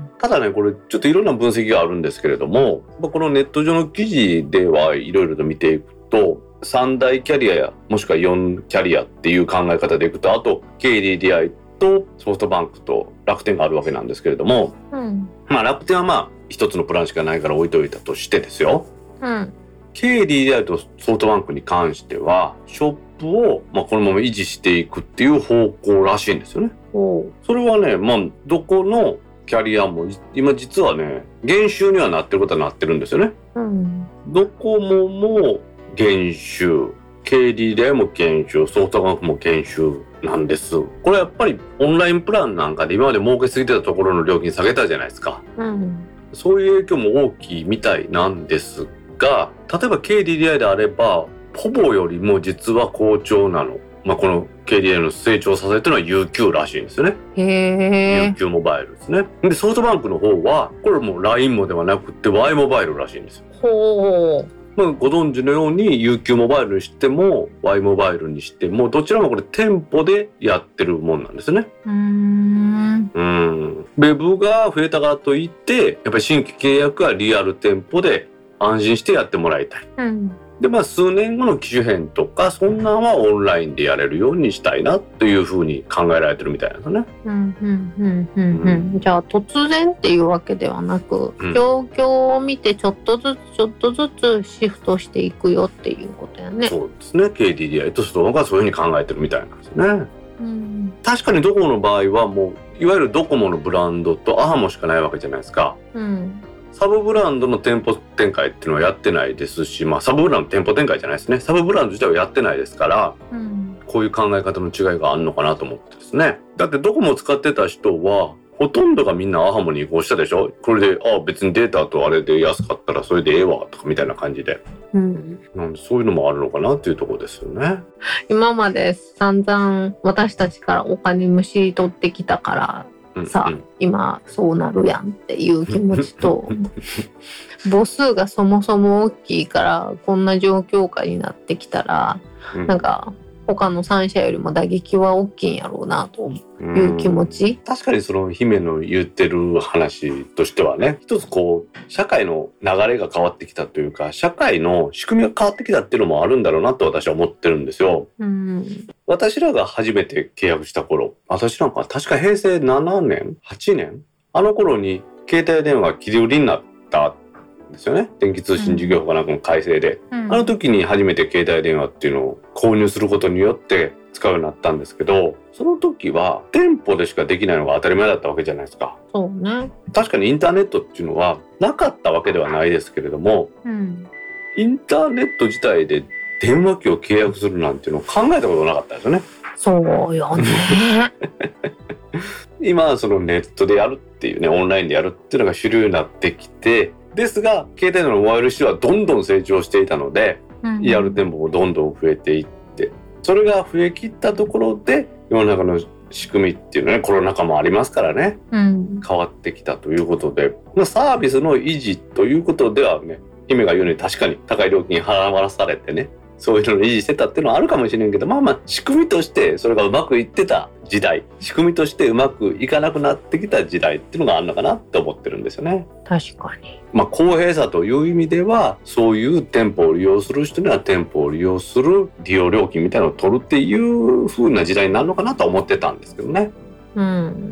ただね、これちょっといろんな分析があるんですけれども、このネット上の記事ではいろいろと見ていくと、さん大キャリアやもしくはよんキャリアっていう考え方でいくと、あと ケーディーディーアイ とソフトバンクと楽天があるわけなんですけれども、 うん、 まあ楽天はまあ一つのプランしかないから置いといたとしてですよ、 うん、 ケーディーディーアイ とソフトバンクに関してはショップをまあこのまま維持していくっていう方向らしいんですよね。 おそれはね、まあどこのキャリアも今実はね減収にはなってることはなってるんですよね。 うん、 ドコモも減収、ケーディーディーアイ も減収、ソフトバンクも減収なんです。これやっぱりオンラインプランなんかで今まで儲けすぎてたところの料金下げたじゃないですか、 うん、 そういう影響も大きいみたいなんですが、例えば ケーディーディーアイ であればポボよりも実は好調なの、まあ、この ケーディーディーアイ の成長させてるのは ユーキュー らしいんですよね。 へーユーキュー モバイルですね。でソフトバンクの方はこれもう ライン もではなくて Y モバイルらしいんですよ。 ほう、 まあ、ご存知のように ユーキュー モバイルにしても Y モバイルにしてもどちらもこれ店舗でやってるもんなんですね。 うーん、 うん。ウェブが増えたからといってやっぱり新規契約はリアル店舗で安心してやってもらいたい。 うん、 でまあ数年後の機種変とかそんなんはオンラインでやれるようにしたいなというふうに考えられてるみたいなんですね。 うんうんうんうんうん、じゃあ突然っていうわけではなく、 うん、 状況を見てちょっとずつちょっとずつシフトしていくよっていうことやね。 そうですね。 ケーディーディーアイ とソフトバンクはそういうふうに考えてるみたいなんですね。 うん、 確かにドコモの場合はもういわゆるドコモのブランドとアハモしかないわけじゃないですか。 うん、 サブブランドの店舗展開っていうのはやってないですし、まあサブブランド店舗展開じゃないですね。サブブランド自体はやってないですから、うん、こういう考え方の違いがあるのかなと思ってですね。だってドコモを使ってた人はほとんどがみんなアハモに移行したでしょ。これであ別にデータとあれで安かったらそれでええわとかみたいな感じで、うん、なんでそういうのもあるのかなっていうところですよね。今まで散々私たちからお金むしり取ってきたからさあ、うんうん、今そうなるやんっていう気持ちと母数がそもそも大きいからこんな状況下になってきたら、うん、なんか他のさん社よりも打撃は大きいんやろうなという気持ち。 確かにその姫の言ってる話としてはね、一つこう社会の流れが変わってきたというか、社会の仕組みが変わってきたっていうのもあるんだろうなと私は思ってるんですよ。 うん、 私らが初めて契約した頃、私なんか確か平成ななねんはちねん、あの頃に携帯電話が切り売りになったですよね。電気通信事業法かなんかの改正で、うん、あの時に初めて携帯電話っていうのを購入することによって使うようになったんですけど、その時は店舗でしかできないのが当たり前だったわけじゃないですか。 そうね。 確かにインターネットっていうのはなかったわけではないですけれども、うん、インターネット自体で電話機を契約するなんていうのを考えたことなかったですよね。 そうよね。 今はそのネットでやるっていうね、オンラインでやるっていうのが主流になってきて、ですが携帯のモバイル市場はどんどん成長していたので、うん、やる店舗もどんどん増えていって、それが増え切ったところで世の中の仕組みっていうのはね、コロナ禍もありますからね、うん、変わってきたということで、サービスの維持ということではね、姫が言うように確かに高い料金払わされてね、そういうのを維持してたっていうのはあるかもしれんけど、まあまあ仕組みとしてそれがうまくいってた時代、仕組みとしてうまくいかなくなってきた時代っていうのがあるのかなって思ってるんですよね。 確かに。 まあ公平さという意味では、そういう店舗を利用する人には店舗を利用する利用料金みたいなのを取るっていう風な時代になるのかなと思ってたんですけどね。うん。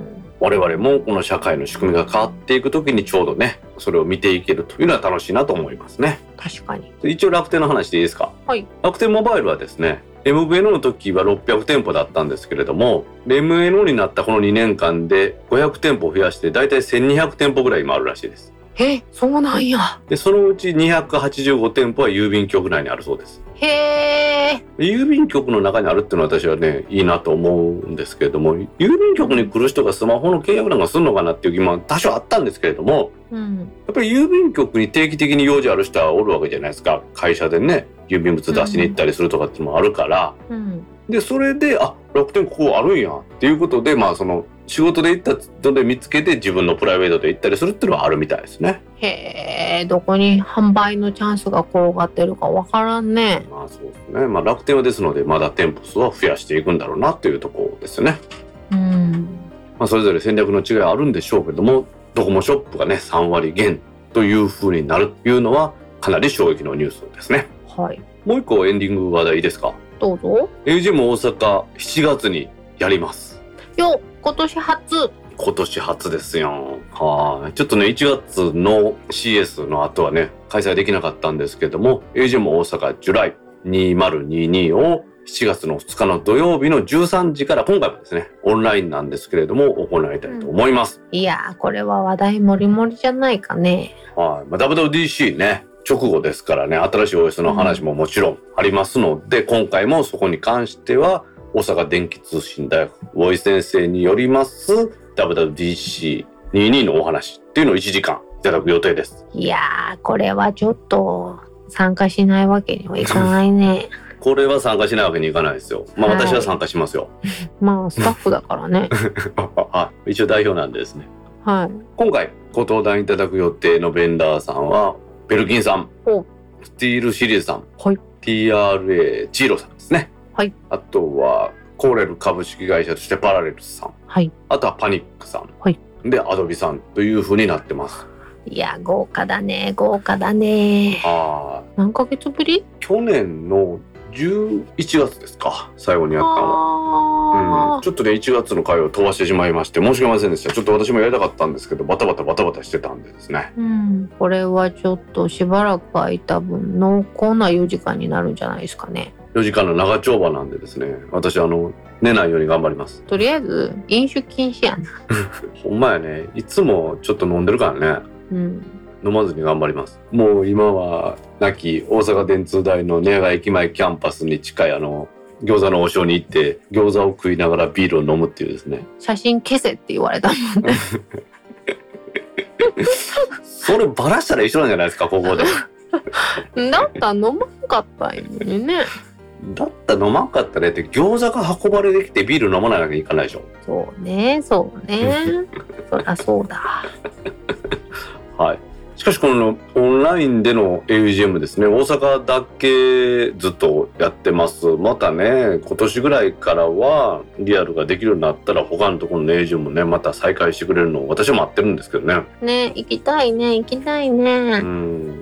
我々もこの社会の仕組みが変わっていくときにちょうどね、それを見ていけるというのは楽しいなと思いますね。 確かに。 一応楽天の話でいいですか。 はい。 楽天モバイルはですね、エムブイエヌ の時はろっぴゃくてんぽだったんですけれども、エムエヌ になったこのにねんかんでごひゃくてんぽ増やしてだいたいせんにひゃくてんぽぐらい今あるらしいです。 え、そうなんや。 で、そのうちにひゃくはちじゅうごてんぽは郵便局内にあるそうです。 へー。 郵便局の中にあるっていうのは私はね、いいなと思うんですけれども、郵便局に来る人がスマホの契約なんかするのかなっていう疑問は多少あったんですけれども、うん、やっぱり郵便局に定期的に用事ある人はおるわけじゃないですか。会社でね、郵便物出しに行ったりするとかっていうのもあるから、うん、でそれであ、楽天ここあるんやっていうことで、まあその仕事で行ったので見つけて自分のプライベートで行ったりするっていうのはあるみたいですね。 へー、どこに販売のチャンスが転がってるかわからんね。 まあそうですね。まあ楽天はですのでまだ店舗数は増やしていくんだろうなっていうところですね。うん。まあそれぞれ戦略の違いはあるんでしょうけども、ドコモショップがねさんわり減という風になるというのはかなり衝撃のニュースですね。 はい。 もう一個エンディング話題いいですか。 どうぞ。 エージェー も大阪しちがつにやります。 よ、今年初。 今年初ですよ。はい。ちょっとね、いちがつの シーエス の後はね、開催できなかったんですけども、エージェー も大阪ジュライにせんにじゅうにをしちがつのふつかの土曜日のじゅうさんじから今回もですね、オンラインなんですけれども、行いたいと思います。 うん、いやー、これは話題もりもりじゃないかね。 はい。まあ、ダブリューダブリューディーシー ね、直後ですからね、新しい オーエス の話ももちろんありますので、うん、今回もそこに関しては、大阪電気通信大学大井先生によります ダブリューダブリューディーシーにじゅうに のお話っていうのをいちじかんいただく予定です。 いやー、これはちょっと参加しないわけにはいかないね。 これは参加しないわけにいかないですよ。まあ、はい、私は参加しますよ。 まあスタッフだからね。 あ、一応代表なんですね。 はい。 今回ご登壇いただく予定のベンダーさんはベルキンさん、スティールシリーズさん、 はい、 ティーアールエー ジーロさんですね。 はい、 あとはコーレル株式会社としてパラレルさん、 はい、 あとはパニックさん、 はい、 でアドビさんという風になってます。 いや豪華だね、豪華だね。 あ、 何ヶ月ぶり？ 去年のじゅういちがつですか、最後にやったのは。うん、ちょっとねいちがつの回を飛ばしてしまいまして申し訳ありませんでした。ちょっと私もやりたかったんですけどバタバタバタバタしてたんでですね、 うん、これはちょっとしばらく空いた分濃厚なよじかんになるんじゃないですかね。 よじかんの長丁場なんでですね、私あの寝ないように頑張ります。 とりあえず飲酒禁止やな。 ほんまやね、いつもちょっと飲んでるからね、 うん、 飲まずに頑張ります。もう今は亡き大阪電通大の寝屋川駅前キャンパスに近いあの餃子の王将に行って餃子を食いながらビールを飲むっていうですね。 写真消せって言われたもんね。 それバラしたら一緒なんじゃないですか、ここで。 だったら飲まんかったんよね。 だったら飲まんかったねって、餃子が運ばれてきてビール飲まないわけにいかないでしょ。 そうね、そうね。そりゃそうだ。 はい。 しかしこのオンラインでの エーユージーエム ですね、大阪だけずっとやってます。またね今年ぐらいからはリアルができるようになったら他のところの エーユージーエム もねまた再開してくれるのを私は待ってるんですけどね。 ね、行きたいね行きたいね。 うん、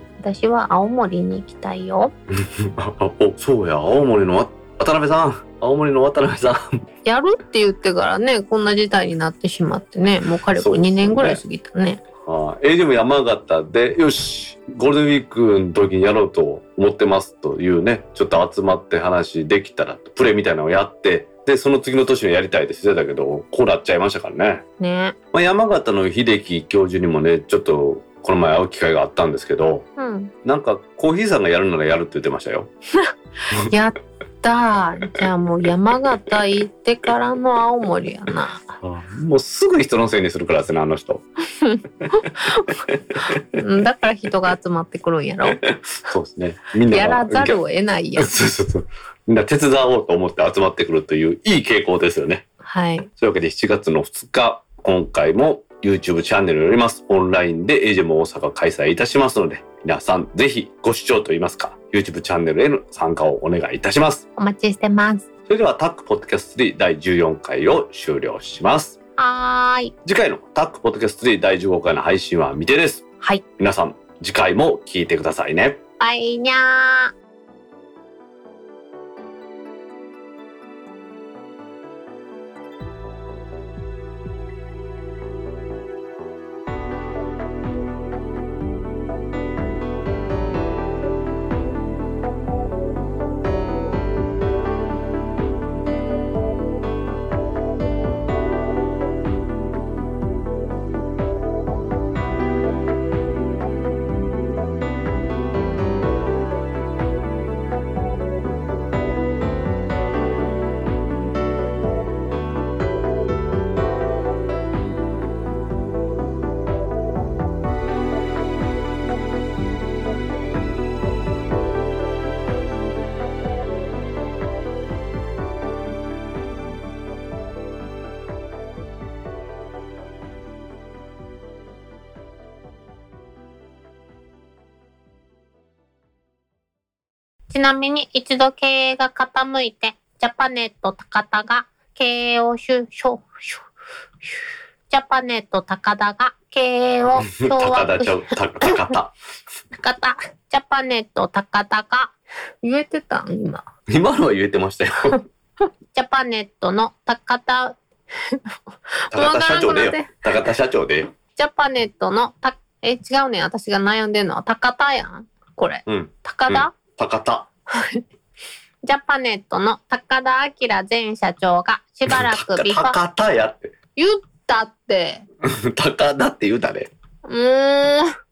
私は青森に行きたいよ。 お、そうや、青森の渡辺さん青森の渡辺さんやるって言ってからねこんな事態になってしまってね、もうかれこれにねんぐらい過ぎたね。 ああ、エージーエム 山形でよしゴールデンウィークの時にやろうと思ってますというね、ちょっと集まって話できたらプレイみたいなのをやって、でその次の年にやりたいって言ってたけどこうなっちゃいましたからね。 ね、 まあ、山形の秀樹教授にもねちょっとこの前会う機会があったんですけど、 うん、なんかコーヒーさんがやるならやるって言ってましたよ。 やったー。じゃあもう山形行ってからの青森やな。 もうすぐ人のせいにするからですねあの人。 だから人が集まってくるんやろ。 そうですね。みんなやらざるを得ないやん。 そうそうそう。みんな手伝おうと思って集まってくるといういい傾向ですよね。 はい。 というわけでしちがつのふつか今回も YouTube チャンネルをやります。オンラインで エージェム 大阪開催いたしますので、皆さんぜひご視聴といいますか YouTube チャンネルへの参加をお願いいたします。 お待ちしてます。 それではタックポッドキャストスリーだいじゅうよんかいを終了します。 はーい。 次回のタックポッドキャストスリーだいじゅうごかいの配信は未定です。 はい。 皆さん次回も聞いてくださいね。 バイニャー。ちなみに一度経営が傾いて、ジャパネット高田が経営を収穫、ジャパネット高田が経営を掌握高田ちゃう、高田。 高田、ジャパネット高田が、言えてたん今。 今のは言えてましたよ。 ジャパネットの高田、 高田社長でよ。高田社長でよ。 ジャパネットのた、え、違うねん。私が悩んでんのは高田やん。これ。 うん。 高田、うん、 高田。 ジャパネットの高田明前社長がしばらくビファ。 高田やって。 言ったって。 高田って言うたね。 うーん。